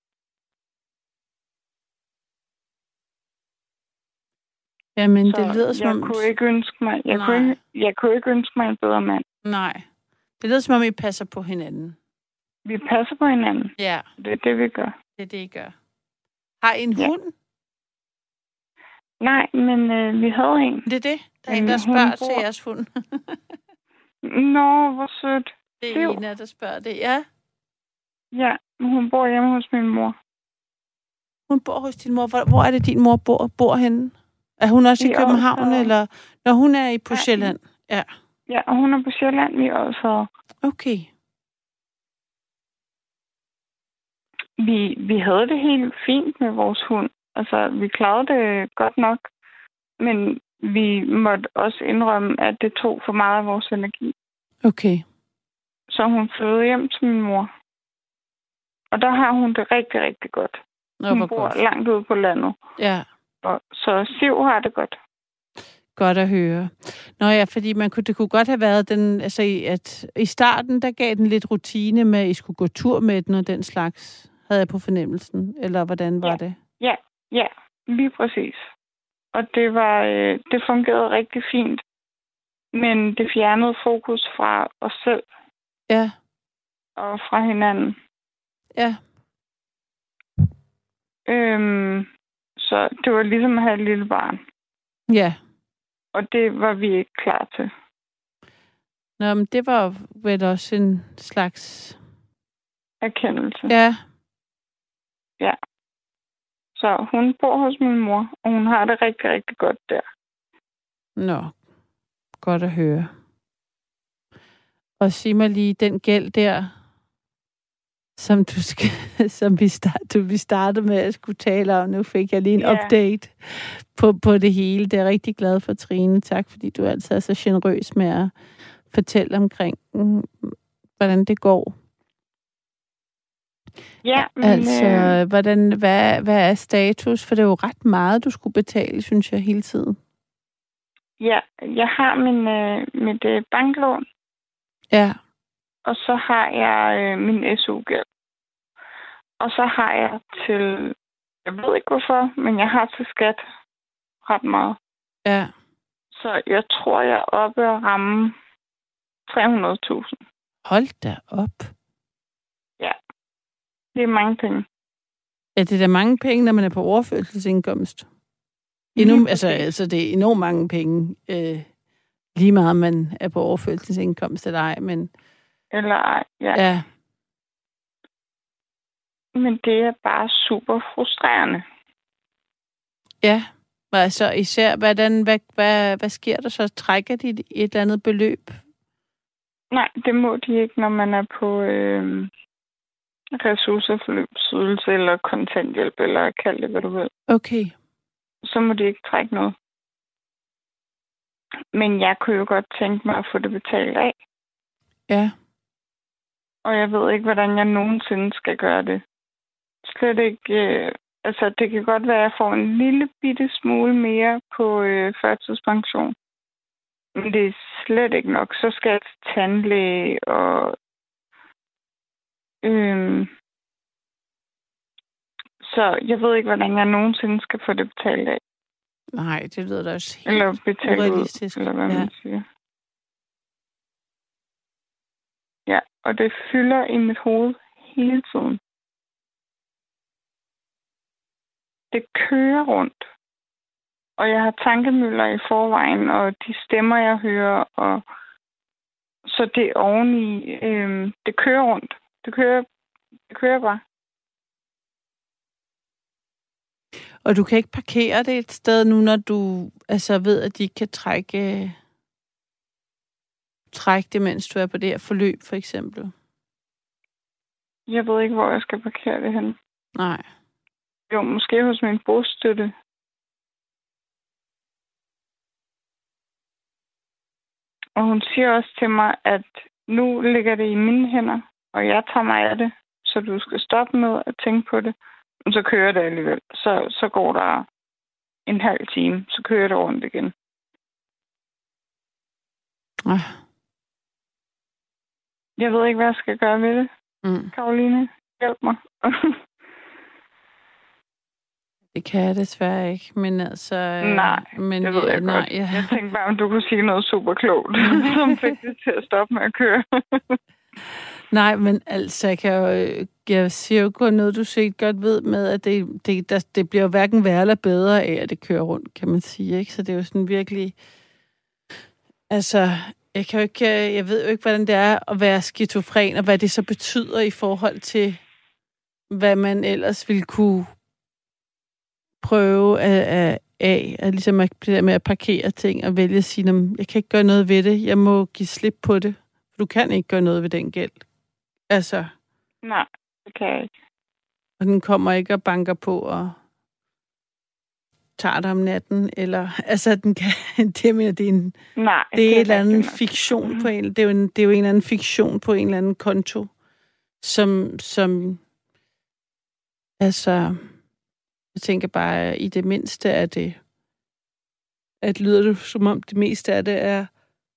Jamen, Så det lyder som jeg om... kunne ikke ønske mig, jeg Nej. kunne, ikke, jeg kunne ikke ønske mig en bedre mand. Nej. Det lyder som om, I passer på hinanden. Vi passer på hinanden. Ja, Det er det, vi gør. det er det, I gør. Har I en Ja. hund? Nej, men øh, vi havde en. Det er det. Der er en, Men der hun spørger bor- til jeres hund. Nå, hvor sødt. Det Siv. er Ina, der spørger det. Ja, Ja, men hun bor hjemme hos min mor. hun bor hos din mor. Hvor, hvor er det, din mor bor, bor henne? Er hun også i, I København, Odsherred. eller når hun er i på Nej. Sjælland? Ja, Ja, og hun er på Sjælland i Odsherred. okay. Vi, vi havde det helt fint med vores hund. Altså, vi klarede det godt nok. Men vi måtte også indrømme, at det tog for meget af vores energi. Okay. Så hun flyttede hjem til min mor. Og der har hun det rigtig, rigtig godt. Nå, Hun hvor bor godt. langt ude på landet. Ja, Og, så Siv har det godt. godt at høre. Nå ja, fordi man kunne, det kunne godt have været den, altså i- at i starten, der gav den lidt rutine med, at I skulle gå tur med den og den slags, havde jeg på fornemmelsen. Eller hvordan var Ja. det? Ja, ja, lige præcis. Og det var, øh, det fungerede rigtig fint. Men det fjernede fokus fra os selv Ja, og fra hinanden. ja, Øhm, så det var ligesom at have et lille barn. Ja. Og det var vi ikke klar til. Nå, men det var vel også en slags... Erkendelse. Ja. Ja. Så hun bor hos min mor, og hun har det rigtig, rigtig godt der. Nå, godt at høre. Og sig mig lige, den gæld der, som du skal, som vi, start, du, vi startede med at skulle tale om, nu fik jeg lige en Ja. update på, på det hele. Det er jeg rigtig glad for, Trine. Tak, fordi du altid er så generøs med at fortælle omkring, mm, hvordan det går. Ja, men... Altså, Øh, hvordan, hvad, hvad er status? For det er jo ret meget, du skulle betale, synes jeg, hele tiden. ja, jeg har min, øh, mit øh, banklån, Ja, og så har jeg øh, min S U-gæld. Og så har jeg til... Jeg ved ikke hvorfor, men jeg har til skat ret meget. ja. Så jeg tror, jeg er oppe at ramme tre hundrede tusind. Hold da op. Det er mange penge. Ja, det er da mange penge, når man er på overførselsindkomst. Endnu, Lige altså, præcis. altså, det er enormt mange penge. Øh, lige meget, man er på overførselsindkomst eller ej, men Eller ej, ja. ja. Men det er bare super frustrerende. Ja, altså især, hvordan, hvad, hvad, hvad sker der så? Trækker de et eller andet beløb? Nej, det må de ikke, når man er på øh, ressourceforløbsydelse eller kontanthjælp, eller kald det, hvad du vil. Okay. Så må de ikke trække noget. Men jeg kunne jo godt tænke mig at få det betalt af. Ja. Og jeg ved ikke, hvordan jeg nogensinde skal gøre det. Slet ikke... Øh, altså, det kan godt være, at jeg får en lille bitte smule mere på øh, førtidspension. Men det er slet ikke nok. Så skal jeg til tandlæge og... Øhm, så jeg ved ikke, hvordan jeg nogensinde skal få det betalt af. Nej, det lyder da også helt Eller betalt ud, urealistisk. eller hvad Ja. man siger. Ja, og det fylder i mit hoved hele tiden. Det kører rundt. Og jeg har tankemøller i forvejen, og de stemmer, jeg hører, og så det er oveni. Øhm, det kører rundt. Det kører, det kører bare. Og du kan ikke parkere det et sted nu, når du altså ved, at de kan trække, trække det, mens du er på det her forløb, for eksempel? Jeg ved ikke, hvor jeg skal parkere det hen. Nej. Jo, måske hos min bostøtte. Og hun siger også til mig, at nu ligger det i mine hænder, og jeg tager mig af det, så du skal stoppe med at tænke på det. Og så kører det alligevel. Så, så går der en halv time, så kører det rundt igen. Ah. Jeg ved ikke, hvad jeg skal gøre ved det. Mm. Karoline, hjælp mig. Det kan jeg desværre ikke, men altså... Nej, men, det ved jeg nej, godt. Ja. Jeg tænkte bare, om du kunne sige noget super klogt, som fik det til at stoppe med at køre. Nej, men altså, jeg, kan jo, jeg siger jo kun noget, du sikkert godt ved med, at det, det, der, det bliver jo hverken værre eller bedre af, at det kører rundt, kan man sige, ikke? Så det er jo sådan virkelig... Altså, jeg kan jo ikke... Jeg ved jo ikke, hvordan det er at være skizofren, og hvad det så betyder i forhold til, hvad man ellers ville kunne prøve af, af, af at ligesom at, med at parkere ting og vælge at sige, jeg kan ikke gøre noget ved det, jeg må give slip på det. For du kan ikke gøre noget ved den gæld. Altså. Nej, det kan jeg ikke. Og den kommer ikke og banker på og tager dig om natten, eller, altså, den kan, det, mener, det er en, Nej, det er, det en er eller anden rigtigt nok. fiktion på en, det er, jo en, det er jo en eller anden fiktion på en eller anden konto, som, som, altså, jeg tænker bare, i det mindste er det, at lyder det, som om det meste af det er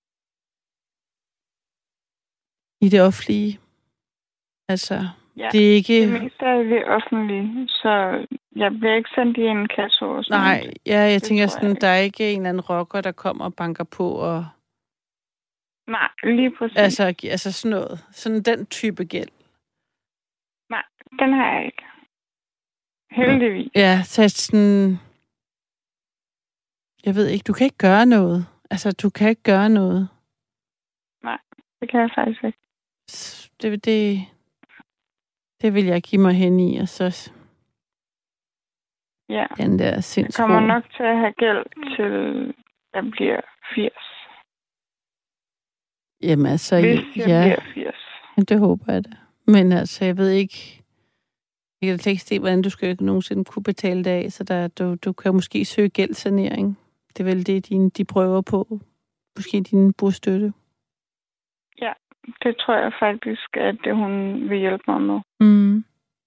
i det offentlige. Altså, Ja, det er ikke... det meste er i det offentlige, så jeg bliver ikke sendt i en kasse og sådan Nej, noget. ja, jeg Det tænker tror sådan, jeg ikke. der er ikke en eller anden rocker, der kommer og banker på og... Nej, lige præcis. Altså, altså sådan noget. Sådan den type gæld. Nej, den har jeg ikke. Heldigvis. Ja, så sådan... Jeg ved ikke, du kan ikke gøre noget. Altså, du kan ikke gøre noget. Nej, det kan jeg faktisk ikke. Det, det, det vil jeg give mig hen i, og så ja. Den der sindsro. Jeg kommer nok til at have gæld til, jeg bliver firs. Jamen altså, Hvis jeg ja, bliver firs. det håber jeg da. Men altså, jeg ved ikke, jeg kan da ikke se, hvordan du skal nogensinde kunne betale det af, så der, du, du kan måske søge gældssanering. Det er vel det, dine, de prøver på. Måske din bostøtte. Ja, det tror jeg faktisk, at det hun vil hjælpe mig med. Mm.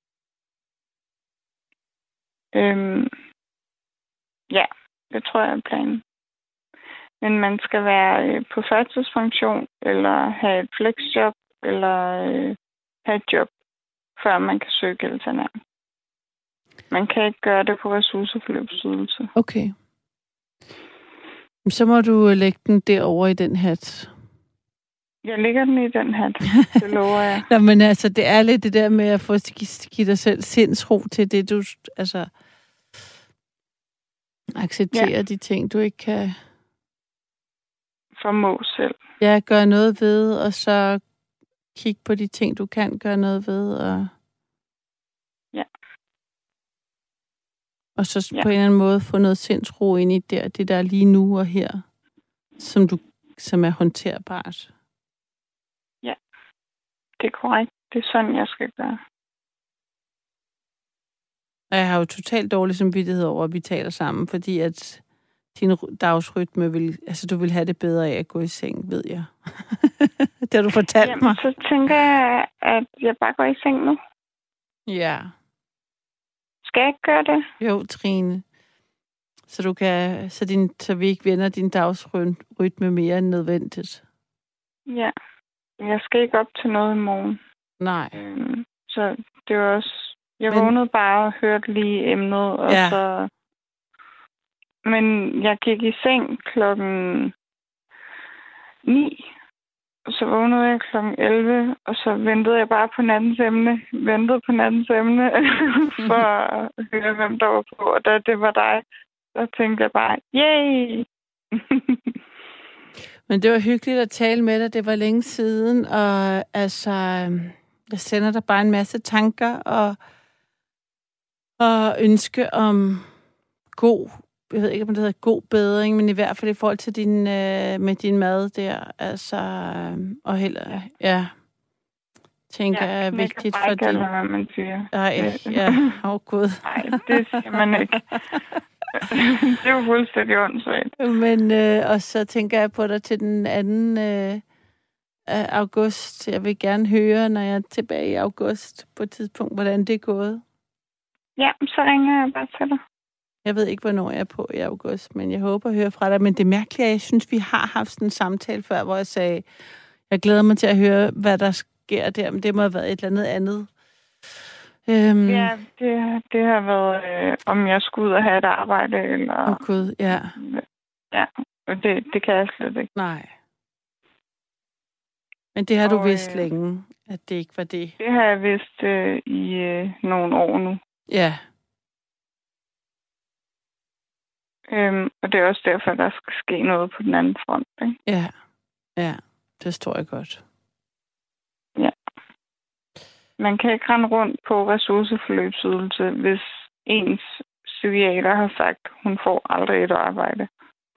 Øhm, ja, det tror jeg er planen. Men man skal være øh, på førtidspension, eller have et flexjob, eller øh, have et job, før man kan søge gældssanering. Man kan ikke gøre det på ressourceforløbsydelse. Okay. Så må du lægge den derovre i den hat. Jeg lægger den i den hat, det lover jeg. Nå, men altså, det er lidt det der med at få give dig selv sindsro til det, du altså acceptere ja. De ting, du ikke kan formå selv. Ja, gøre noget ved, og så kigge på de ting, du kan gøre noget ved, og ja. Og så ja. på en eller anden måde få noget sindsro ind i det, det der lige nu og her, som du som er håndterbart. Ja, det er korrekt. Det er sådan, jeg skal gøre. Og jeg har jo totalt dårlig samvittighed over, at vi taler sammen, fordi at din dagsrytme vil, altså du vil have det bedre af at gå i seng, ved jeg. Det har du fortalt Jamen, mig. Så tænker jeg, at jeg bare går i seng nu. Ja. Skal jeg ikke gøre det? Jo, Trine. Så du kan, så, din, så vi ikke vender din dagsrytme mere end nødvendigt. Ja. Jeg skal ikke op til noget i morgen. Nej. Øhm, så det var også... Jeg Men... vågnede bare og hørte lige emnet, og ja. så... Men jeg gik i seng klokken ni, og så vågnede jeg klokken elleve, og så ventede jeg bare på nattens emne. Ventede på nattens emne for at høre, hvem der var på, og da det var dig, så tænkte jeg bare, yay! Men det var hyggeligt at tale med dig. Det var længe siden, og altså, jeg sender dig bare en masse tanker og, og ønske om god, jeg ved ikke, om det hedder god bedring, men i hvert fald i forhold til din, øh, med din mad der, altså, øh, og heller, ja, tænker jeg ja, er vigtigt for dig. Ja, hvad man siger. Ej, ja, åh oh, gud. Nej, det siger man ikke. Det er jo fuldstændig åndssvagt. Men, øh, og så tænker jeg på dig til den anden øh, august. Jeg vil gerne høre, når jeg er tilbage i august på et tidspunkt, hvordan det er gået. Ja, så ringer jeg bare til dig. Jeg ved ikke, hvornår jeg er på i august, men jeg håber at høre fra dig. Men det er mærkeligt, at jeg synes, vi har haft sådan en samtale før, hvor jeg sagde, jeg glæder mig til at høre, hvad der sker der, men det må have været et eller andet andet. Øhm, ja, det, det har været, øh, om jeg skulle ud og have et arbejde, eller... Åh oh, gud, ja. Ja, og det, det kan jeg slet ikke. Nej. Men det har og, du vidst øh, længe, at det ikke var det. Det har jeg vidst øh, i øh, nogle år nu. Ja. Øhm, og det er også derfor, der skal ske noget på den anden front, ikke? Ja, ja, det står jeg godt. Ja. Man kan ikke rende rundt på ressourceforløbsydelse, hvis ens psykiater har sagt, hun får aldrig et arbejde.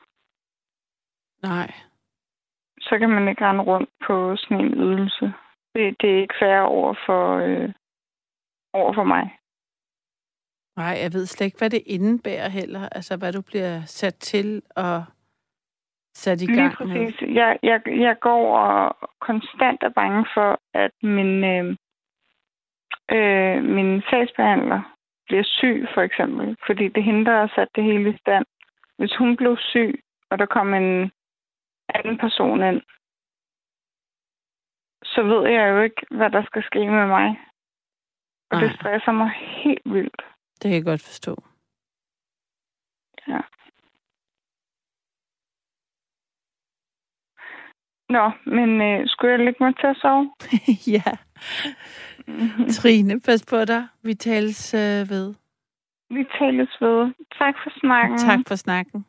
Nej. Så kan man ikke rende rundt på sådan en ydelse. Det, det er ikke fair over for, øh, over for mig. Nej, jeg ved slet ikke, hvad det indebærer heller. Altså, hvad du bliver sat til og sat i gang med. Lige præcis. Jeg, jeg, jeg går og konstant er bange for, at min, øh, øh, min sagsbehandler bliver syg, for eksempel. Fordi det hindrer at sætte det hele i stand. Hvis hun blev syg, og der kom en anden person ind, så ved jeg jo ikke, hvad der skal ske med mig. Og Nej. Det stresser mig helt vildt. Det kan jeg godt forstå. Ja. Nå, men øh, skulle jeg lægge mig til at sove? Ja. Mm-hmm. Trine, pas på dig. Vi tales øh, ved. Vi tales ved. Tak for snakken. Tak for snakken.